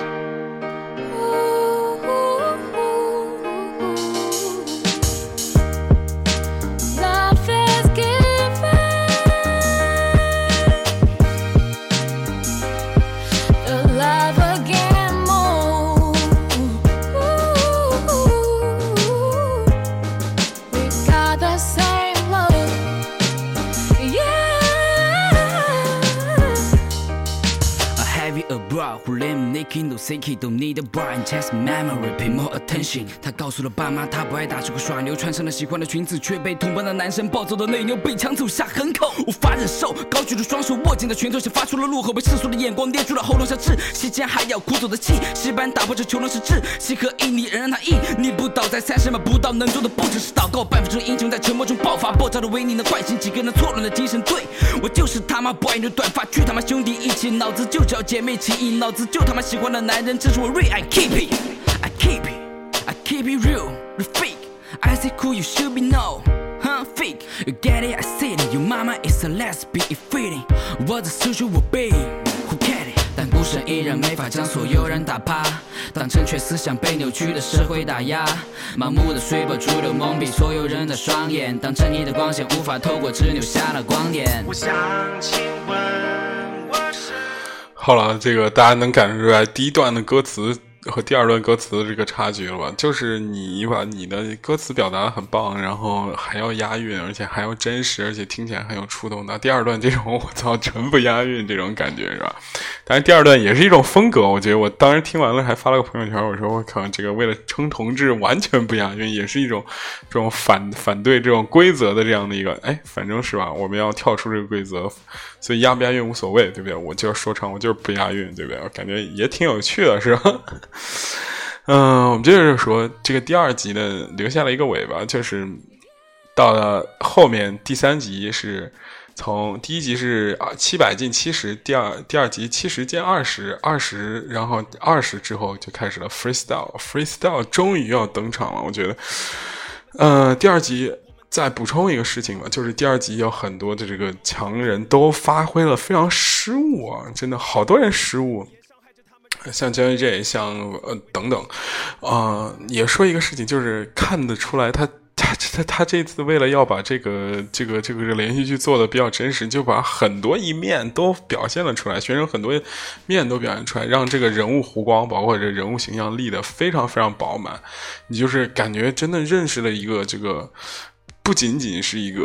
Speaker 4: Who live naked, no safety, don't need a bra and chest memory, pay more attention. 他告诉了爸妈，他不爱打这个耍流，穿上了喜欢的裙子，却被同班的男生抱走的内牛，被抢走下狠口，无法忍受。高举着双手，握紧的拳头，像发出了怒吼，被世俗的眼光捏住了喉咙，像窒息间还要鼓走的气。石板打破这囚笼是窒息和毅力，人让他硬，你不倒在三十码不到，能做的不只是祷告，半分钟英雄在沉默中爆发，爆炸的为你能唤醒几个人错乱的精神。对我就是他妈不爱你的短发，去他妈兄弟一起，脑子就找姐妹情谊，脑子就他妈喜欢的男人，这是我 real I keep it I keep it I keep it real the fake I say cool you should be no huh fake you get it I said it your mama is a lesbian it fitting 我的叔叔我背 who get it 但孤身一人没法将所有人打趴，当正确思想被扭曲的社会打压，盲目的随波逐流蒙蔽所有人的双眼，当正义的光线无法透过只留下了光点。我想请问我是
Speaker 2: 好了，这个大家能感受出来第一段的歌词和第二段歌词的这个差距了吧？就是你把你的歌词表达很棒，然后还要押韵，而且还要真实，而且听起来很有触动。那第二段这种我操纯不押韵这种感觉是吧？但是第二段也是一种风格，我觉得我当时听完了还发了个朋友圈，我说我靠，这个为了称同志完全不押韵，也是一种这种反反对这种规则的这样的一个，哎，反正是吧？我们要跳出这个规则，所以押不押韵无所谓，对不对？我就是说唱，我就是不押韵，对不对？我感觉也挺有趣的，是吧？嗯，我们接着说这个第二集呢，留下了一个尾巴，就是到了后面第三集是从第一集是七百进七十，第二第二集七十进二十，二十然后二十之后就开始了 freestyle， freestyle 终于要登场了，我觉得，呃，第二集。再补充一个事情吧，就是第二集有很多的这个强人都发挥了非常失误啊，真的好多人失误，像 J J 像呃等等，啊、呃，也说一个事情，就是看得出来他他他他这次为了要把这个这个这个连续剧做的比较真实，就把很多一面都表现了出来，学生很多面都表现出来，让这个人物弧光包括这人物形象立得非常非常饱满，你就是感觉真的认识了一个这个。不仅仅是一个台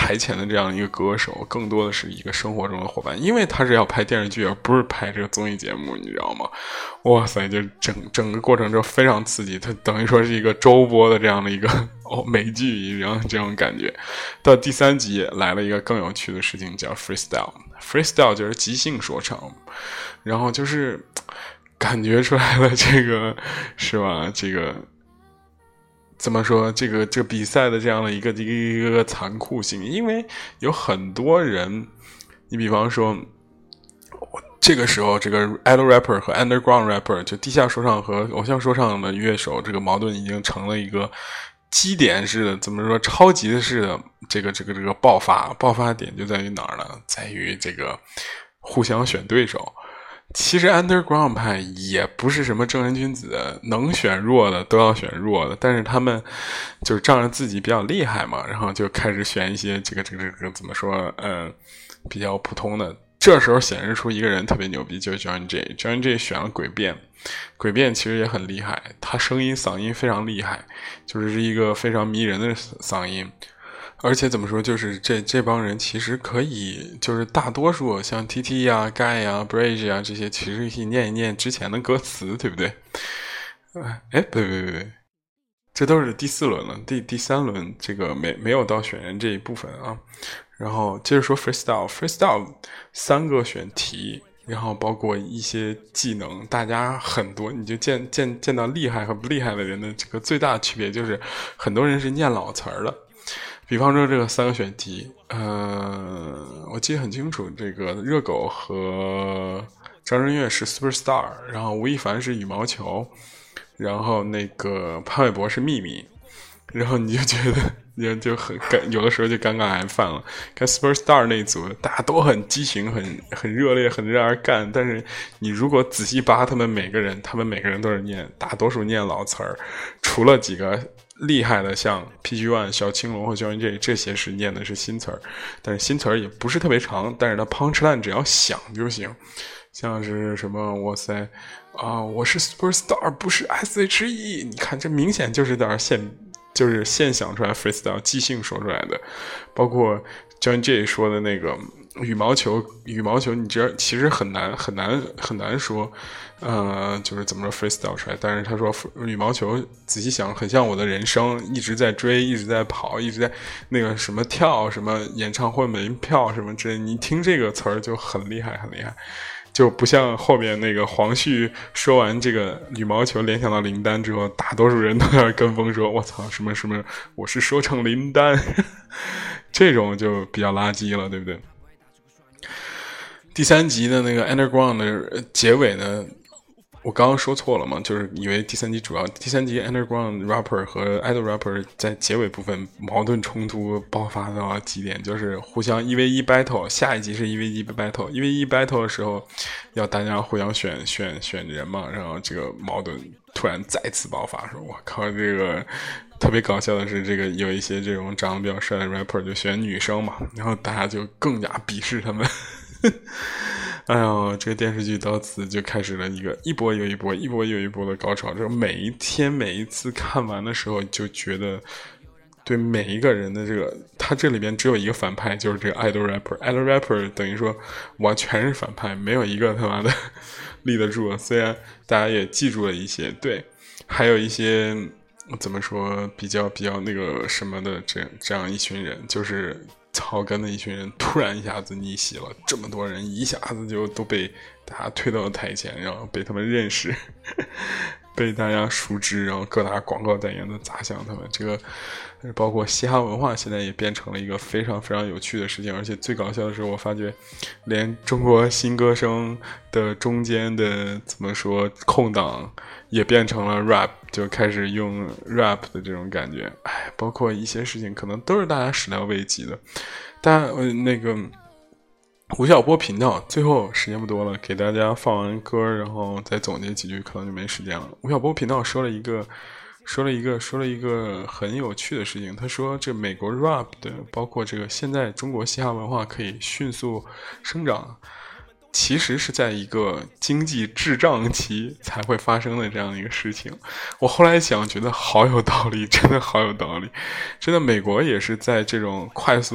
Speaker 2: 台前的这样一个歌手，更多的是一个生活中的伙伴，因为他是要拍电视剧而不是拍这个综艺节目，你知道吗？哇塞，就整整个过程就非常刺激，它等于说是一个周播的这样的一个哦美剧一样这种感觉。到第三集来了一个更有趣的事情，叫 freestyle。 freestyle 就是即兴说唱，然后就是感觉出来了这个是吧，这个怎么说，这个这个比赛的这样的一个一个一个残酷性，因为有很多人，你比方说这个时候这个 idol rapper 和 underground rapper 就地下说唱和偶像说唱的乐手，这个矛盾已经成了一个基点式的，怎么说超级的式的这个这个这个爆发爆发点就在于哪儿呢？在于这个互相选对手。其实 underground 派也不是什么正人君子，能选弱的都要选弱的，但是他们就是仗着自己比较厉害嘛，然后就开始选一些这个这个这个怎么说，嗯，比较普通的。这时候显示出一个人特别牛逼，就是 Johnny J。Johnny J 选了诡辩，诡辩其实也很厉害，他声音嗓音非常厉害，就是是一个非常迷人的嗓音。而且怎么说，就是这这帮人其实可以，就是大多数像 T T 呀、Guy 呀、Bridge 呀这些，其实可以念一念之前的歌词，对不对？哎，不对不对不对，这都是第四轮了，第第三轮这个没没有到选人这一部分啊。然后接着说 freestyle， freestyle 三个选题，然后包括一些技能，大家很多你就见见见到厉害和不厉害的人的这个最大的区别就是很多人是念老词儿的。比方说这个三个选题，呃，我记得很清楚，这个热狗和张震岳是 superstar， 然后吴亦凡是羽毛球，然后那个潘玮柏是秘密，然后你就觉得就就很尴，有的时候就尴尬癌犯了。看 superstar 那一组，大家都很激情，很很热烈，很热爱干，但是你如果仔细扒他们每个人，他们每个人都是念，大多数念老词儿，除了几个厉害的像 P G One 小青龙和 Johnny J 这些是念的是新词儿，但是新词儿也不是特别长，但是它 punchline 只要响就行，像是什么哇塞啊、呃，我是 superstar 不是 S H E， 你看这明显就是点现就是现想出来 freestyle 即兴说出来的，包括 Johnny J 说的那个羽毛球，羽毛球你这其实很难很难很难说，呃，就是怎么说 freestyle 出来。但是他说羽毛球仔细想，很像我的人生，一直在追，一直在跑，一直在那个什么跳，什么演唱会门票什么之类。你听这个词儿就很厉害，很厉害。就不像后面那个黄旭说完这个羽毛球联想到林丹之后，大多数人都要跟风说我操什么什么我是说唱林丹这种就比较垃圾了，对不对？第三集的那个 underground 的结尾呢，我刚刚说错了嘛，就是以为第三集主要第三集 underground rapper 和 idol rapper 在结尾部分矛盾冲突爆发到极点，就是互相一 v 一 battle， 下一集是一 v 一 battle， 一 v 一 battle 的时候要大家互相选选选人嘛，然后这个矛盾突然再次爆发，说我靠，这个特别搞笑的是，这个有一些这种长得比较帅的 rapper 就选女生嘛，然后大家就更加鄙视他们哎呦，这个电视剧到此就开始了一个一波又一波一波又一波的高潮，这每一天每一次看完的时候就觉得对每一个人的这个，他这里边只有一个反派，就是这个 idol rapper idol rapper 等于说完全是反派，没有一个他妈的立得住，虽然大家也记住了一些，对，还有一些怎么说比较比较那个什么的这这样一群人，就是草根的一群人突然一下子逆袭了，这么多人一下子就都被大家推到了台前，然后被他们认识被大家熟知，然后各大广告代言的砸向他们，这个包括嘻哈文化现在也变成了一个非常非常有趣的事情。而且最搞笑的是，我发觉连中国新歌声的中间的怎么说空档也变成了 rap， 就开始用 rap 的这种感觉。哎，包括一些事情可能都是大家始料未及的。但呃那个吴晓波频道最后时间不多了，给大家放完歌然后再总结几句，可能就没时间了。吴晓波频道说了一个说了一个说了一个很有趣的事情，他说这美国 rap 的包括这个现在中国嘻哈文化可以迅速生长，其实是在一个经济滞胀期才会发生的这样一个事情。我后来想觉得好有道理，真的好有道理。真的美国也是在这种快速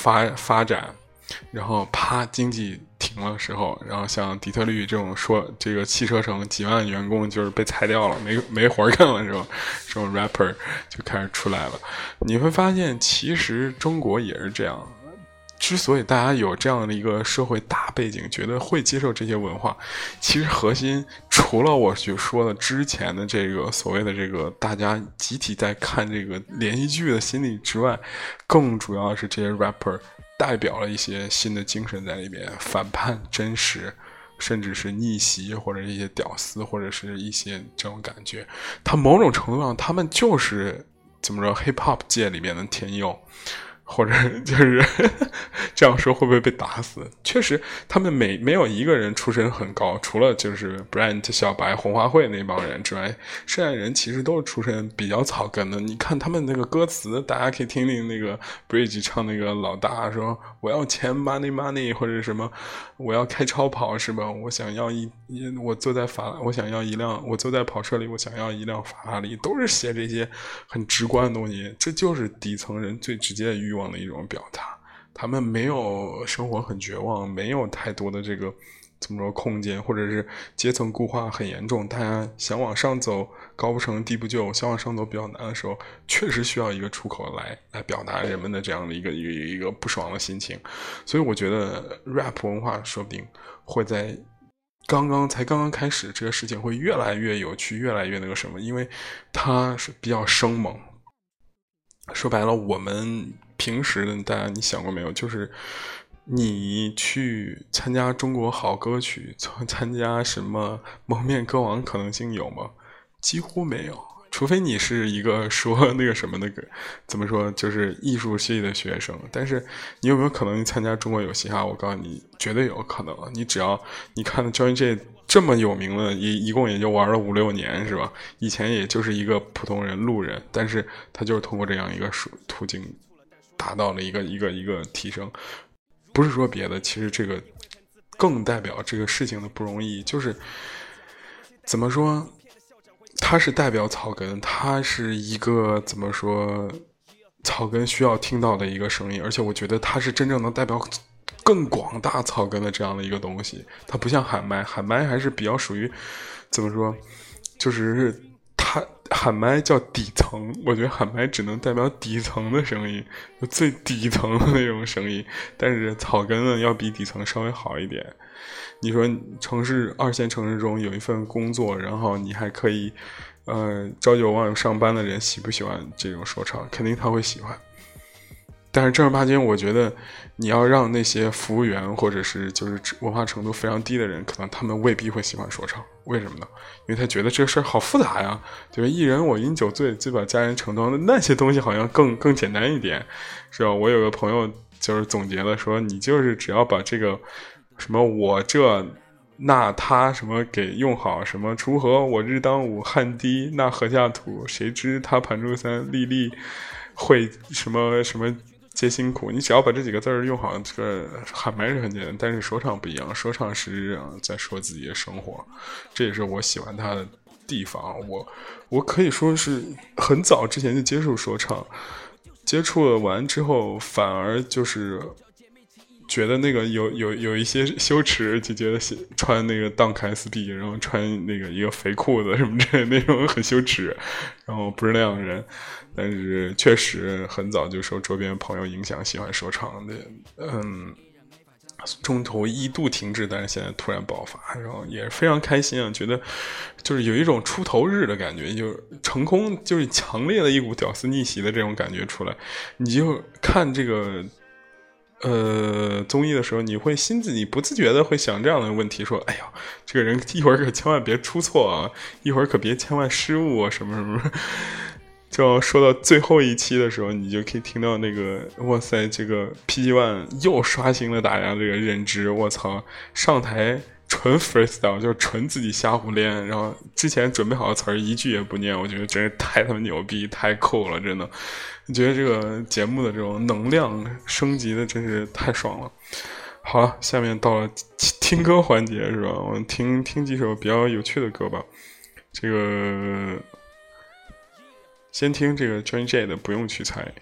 Speaker 2: 发发展，然后啪经济停了时候，然后像底特律这种说这个汽车城几万员工就是被裁掉了，没没活干了之后，这种 rapper 就开始出来了。你会发现其实中国也是这样，之所以大家有这样的一个社会大背景，觉得会接受这些文化，其实核心除了我就说的之前的这个所谓的这个大家集体在看这个连续剧的心理之外，更主要是这些 rapper 代表了一些新的精神在里边，反叛、真实，甚至是逆袭，或者一些屌丝，或者是一些这种感觉。他某种程度上，他们就是怎么说 hip hop 界里面的天佑。或者就是这样说会不会被打死？确实他们每没有一个人出身很高，除了就是 Brent 小白红花会那帮人之外，剩下人其实都是出身比较草根的。你看他们那个歌词，大家可以听听那个 Bridge 唱那个老大说我要钱 money money， 或者什么我要开超跑是吧，我想要一我坐在法我想要一辆我坐在跑车里我想要一辆法拉利，都是写这些很直观的东西。这就是底层人最直接的欲望的一种表达，他们没有生活很绝望，没有太多的这个怎么说空间，或者是阶层固化很严重，大家想往上走高不成低不就，想往上走比较难的时候，确实需要一个出口来来表达人们的这样的一个一个一个不爽的心情。所以我觉得 rap 文化说不定会在刚刚才刚刚开始，这个事情会越来越有趣，越来越那个什么，因为它是比较生猛。说白了，我们平时的大家你想过没有，就是你去参加中国好歌曲，参加什么蒙面歌王可能性有吗？几乎没有，除非你是一个说那个什么那个怎么说，就是艺术系的学生。但是你有没有可能参加中国有嘻哈？我告诉你，绝对有可能。你只要你看 Johnny J 这么有名的，一一共也就玩了五六年是吧？以前也就是一个普通人路人，但是他就是通过这样一个途径达到了一个一个一个提升。不是说别的，其实这个更代表这个事情的不容易，就是怎么说，它是代表草根，它是一个怎么说草根需要听到的一个声音，而且我觉得它是真正能代表更广大草根的这样的一个东西。它不像喊麦，喊麦还是比较属于怎么说，就是它喊麦叫底层，我觉得喊麦只能代表底层的声音，就最底层的那种声音，但是草根呢要比底层稍微好一点。你说城市二线城市中有一份工作，然后你还可以呃朝九晚五上班的人，喜不喜欢这种说唱？肯定他会喜欢。但是正儿八经，我觉得你要让那些服务员或者是就是文化程度非常低的人，可能他们未必会喜欢说唱。为什么呢？因为他觉得这个事儿好复杂呀，就是一人我饮酒醉，醉把佳人成双的那些东西好像更更简单一点，是吧？我有个朋友就是总结了说，你就是只要把这个什么我这那他什么给用好，什么锄禾我日当午，汗滴那禾下土，谁知他盘中餐，粒粒会什么什么皆辛苦，你只要把这几个字儿用好，这个喊麦是很简单。但是说唱不一样，说唱实质上在说自己的生活，这也是我喜欢他的地方。我我可以说是很早之前就接触说唱，接触了完之后，反而就是觉得那个有有有一些羞耻，就觉得穿那个Dunk S B，然后穿那个一个肥裤子什么之类的那种很羞耻，然后不是那样的人。但是确实很早就受周边朋友影响，喜欢说唱的，嗯，中途一度停滞，但是现在突然爆发，然后也非常开心啊，觉得就是有一种出头日的感觉，就是成功，就是强烈的一股屌丝逆袭的这种感觉出来。你就看这个呃综艺的时候，你会心自己不自觉的会想这样的问题，说哎呀，这个人一会儿可千万别出错啊，一会儿可别千万失误啊，什么什么。就说到最后一期的时候，你就可以听到那个哇塞，这个 P G One 又刷新了大家这个认知。我操，上台纯 freestyle， 就是纯自己瞎胡练，然后之前准备好的词儿一句也不念，我觉得真是太他妈牛逼，太酷了，真的。我觉得这个节目的这种能量升级的真是太爽了。好了，下面到了听歌环节是吧？我们听听几首比较有趣的歌吧。这个先听这个 Johnny J 的不用去猜，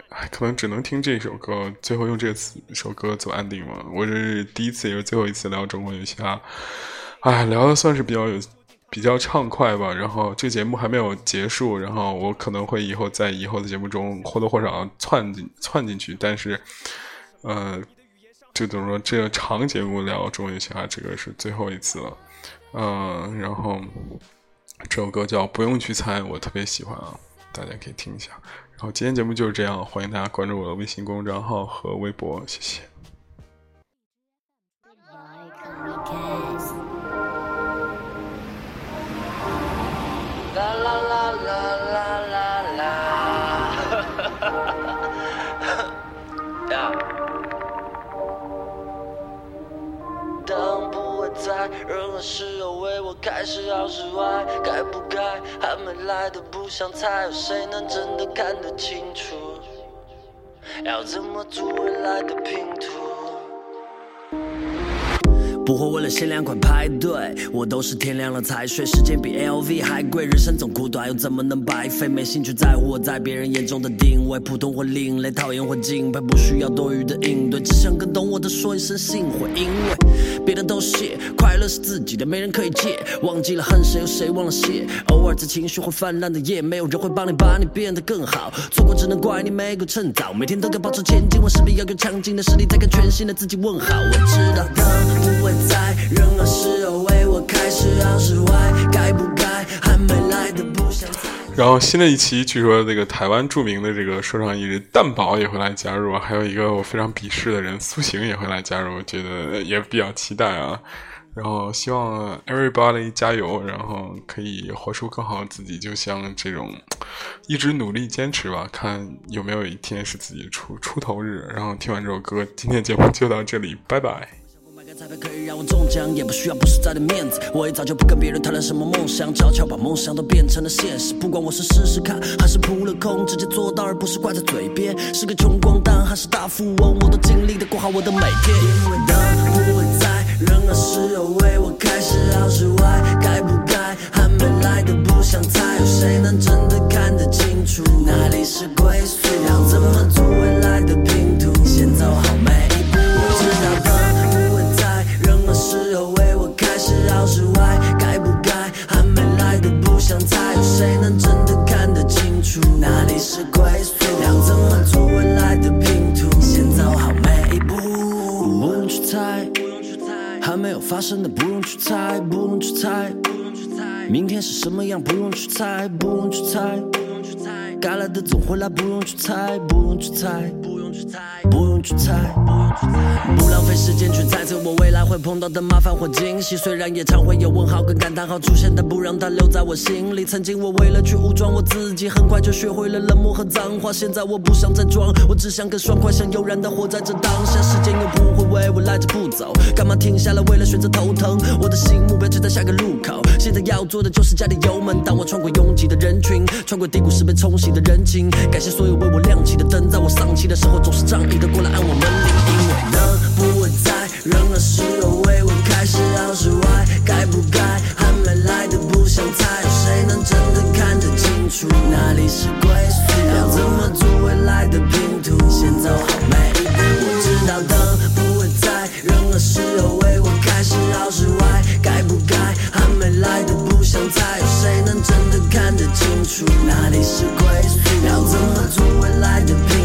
Speaker 2: 哎，可能只能听这首歌，最后用这首歌做安定嘛。我这是第一次也是最后一次聊中国有嘻哈，哎，聊的算是比较有比较畅快吧。然后这节目还没有结束，然后我可能会以后在以后的节目中或多或少窜进窜进去，但是呃就怎么说，这个长节目聊中国有嘻哈这个是最后一次了。嗯、呃，然后这首歌叫不用去猜，我特别喜欢啊，大家可以听一下。然后今天节目就是这样，欢迎大家关注我的微信公众账号和微博，谢谢。
Speaker 6: 啦啦啦啦啦啦啦，呀！当不会在任何时候为我开始好是坏，该不该还没来的不想猜，有谁能真的看得清楚？要怎么组未来的拼图？
Speaker 4: 不会为了限量款排队，我都是天亮了才睡。时间比 L V 还贵，人生总苦短，又怎么能白费？没兴趣在乎我在别人眼中的定位，普通或另类，讨厌或敬佩，不需要多余的应对，只想跟懂我的说一声幸会。因为别的都谢，快乐是自己的，没人可以借。忘记了恨谁，有谁忘了谢？偶尔在情绪会泛滥的夜，没有人会帮你把你变得更好。错过只能怪你没够趁早，每天都该保持前进，我势必要有强劲的实力，再跟全新的自己问好。我知道的不会在任何时候为我开始好是坏，该不该还没来的不想猜。
Speaker 2: 然后新的一期据说这个台湾著名的这个说唱艺人蛋堡也会来加入，还有一个我非常鄙视的人苏醒也会来加入，我觉得也比较期待啊。然后希望 everybody 加油，然后可以活出更好的自己，就像这种一直努力坚持吧，看有没有一天是自己出出头日。然后听完这首歌，今天节目就到这里，拜拜。
Speaker 4: 彩票可以让我中奖，也不需要不实在的面子。我也早就不跟别人谈论什么梦想，悄悄把梦想都变成了现实。不管我是试试看，还是扑了空，直接做到，而不是挂在嘴边。是个穷光蛋还是大富翁，我都尽力的过好我的每天。因为当不会在任何时候为我开始好是坏，该不该还没来的不想猜，有谁能真的看得清楚哪里是归宿？要怎么组未来的拼图？先走好每一步。我知道的。时候为我开始好是坏，该不该还没来的不想猜，有谁能真的看得清楚哪里是归宿？要怎么组未来的拼图？先走好每一步。不用去猜，还没有发生的不用去猜，不用去猜，明天是什么样不用去猜，不用去猜，该来的总会来，不用去猜，不用去猜，不用去猜，不用去猜，不浪费时间去猜测我未来会碰到的麻烦或惊喜。虽然也常会有问号跟感叹号出现，但不让它留在我心里。曾经我为了去武装我自己，很快就学会了冷漠和脏话。现在我不想再装，我只想更爽快，想悠然地活在这当下。时间又不会为我赖着不走，干嘛停下来为了选择头疼？我的新目标就在下个路口，现在要做的就是加点油门。当我穿过拥挤的人群，穿过低谷时被冲洗的人情，感谢所有为我亮起的灯，在我丧气的时候总是仗义的过来按我门铃。因为能不会在任何时候为我开始好是坏，该不该还没来的不想猜，有谁能真的看得清楚哪里是归宿？要怎么组未来的拼图？先走好每一步。我知道灯不会在任何时候为我开始好是坏，该不该还没来的不想猜，有谁能真的看得清楚哪里是归宿？要怎么组未来的拼图？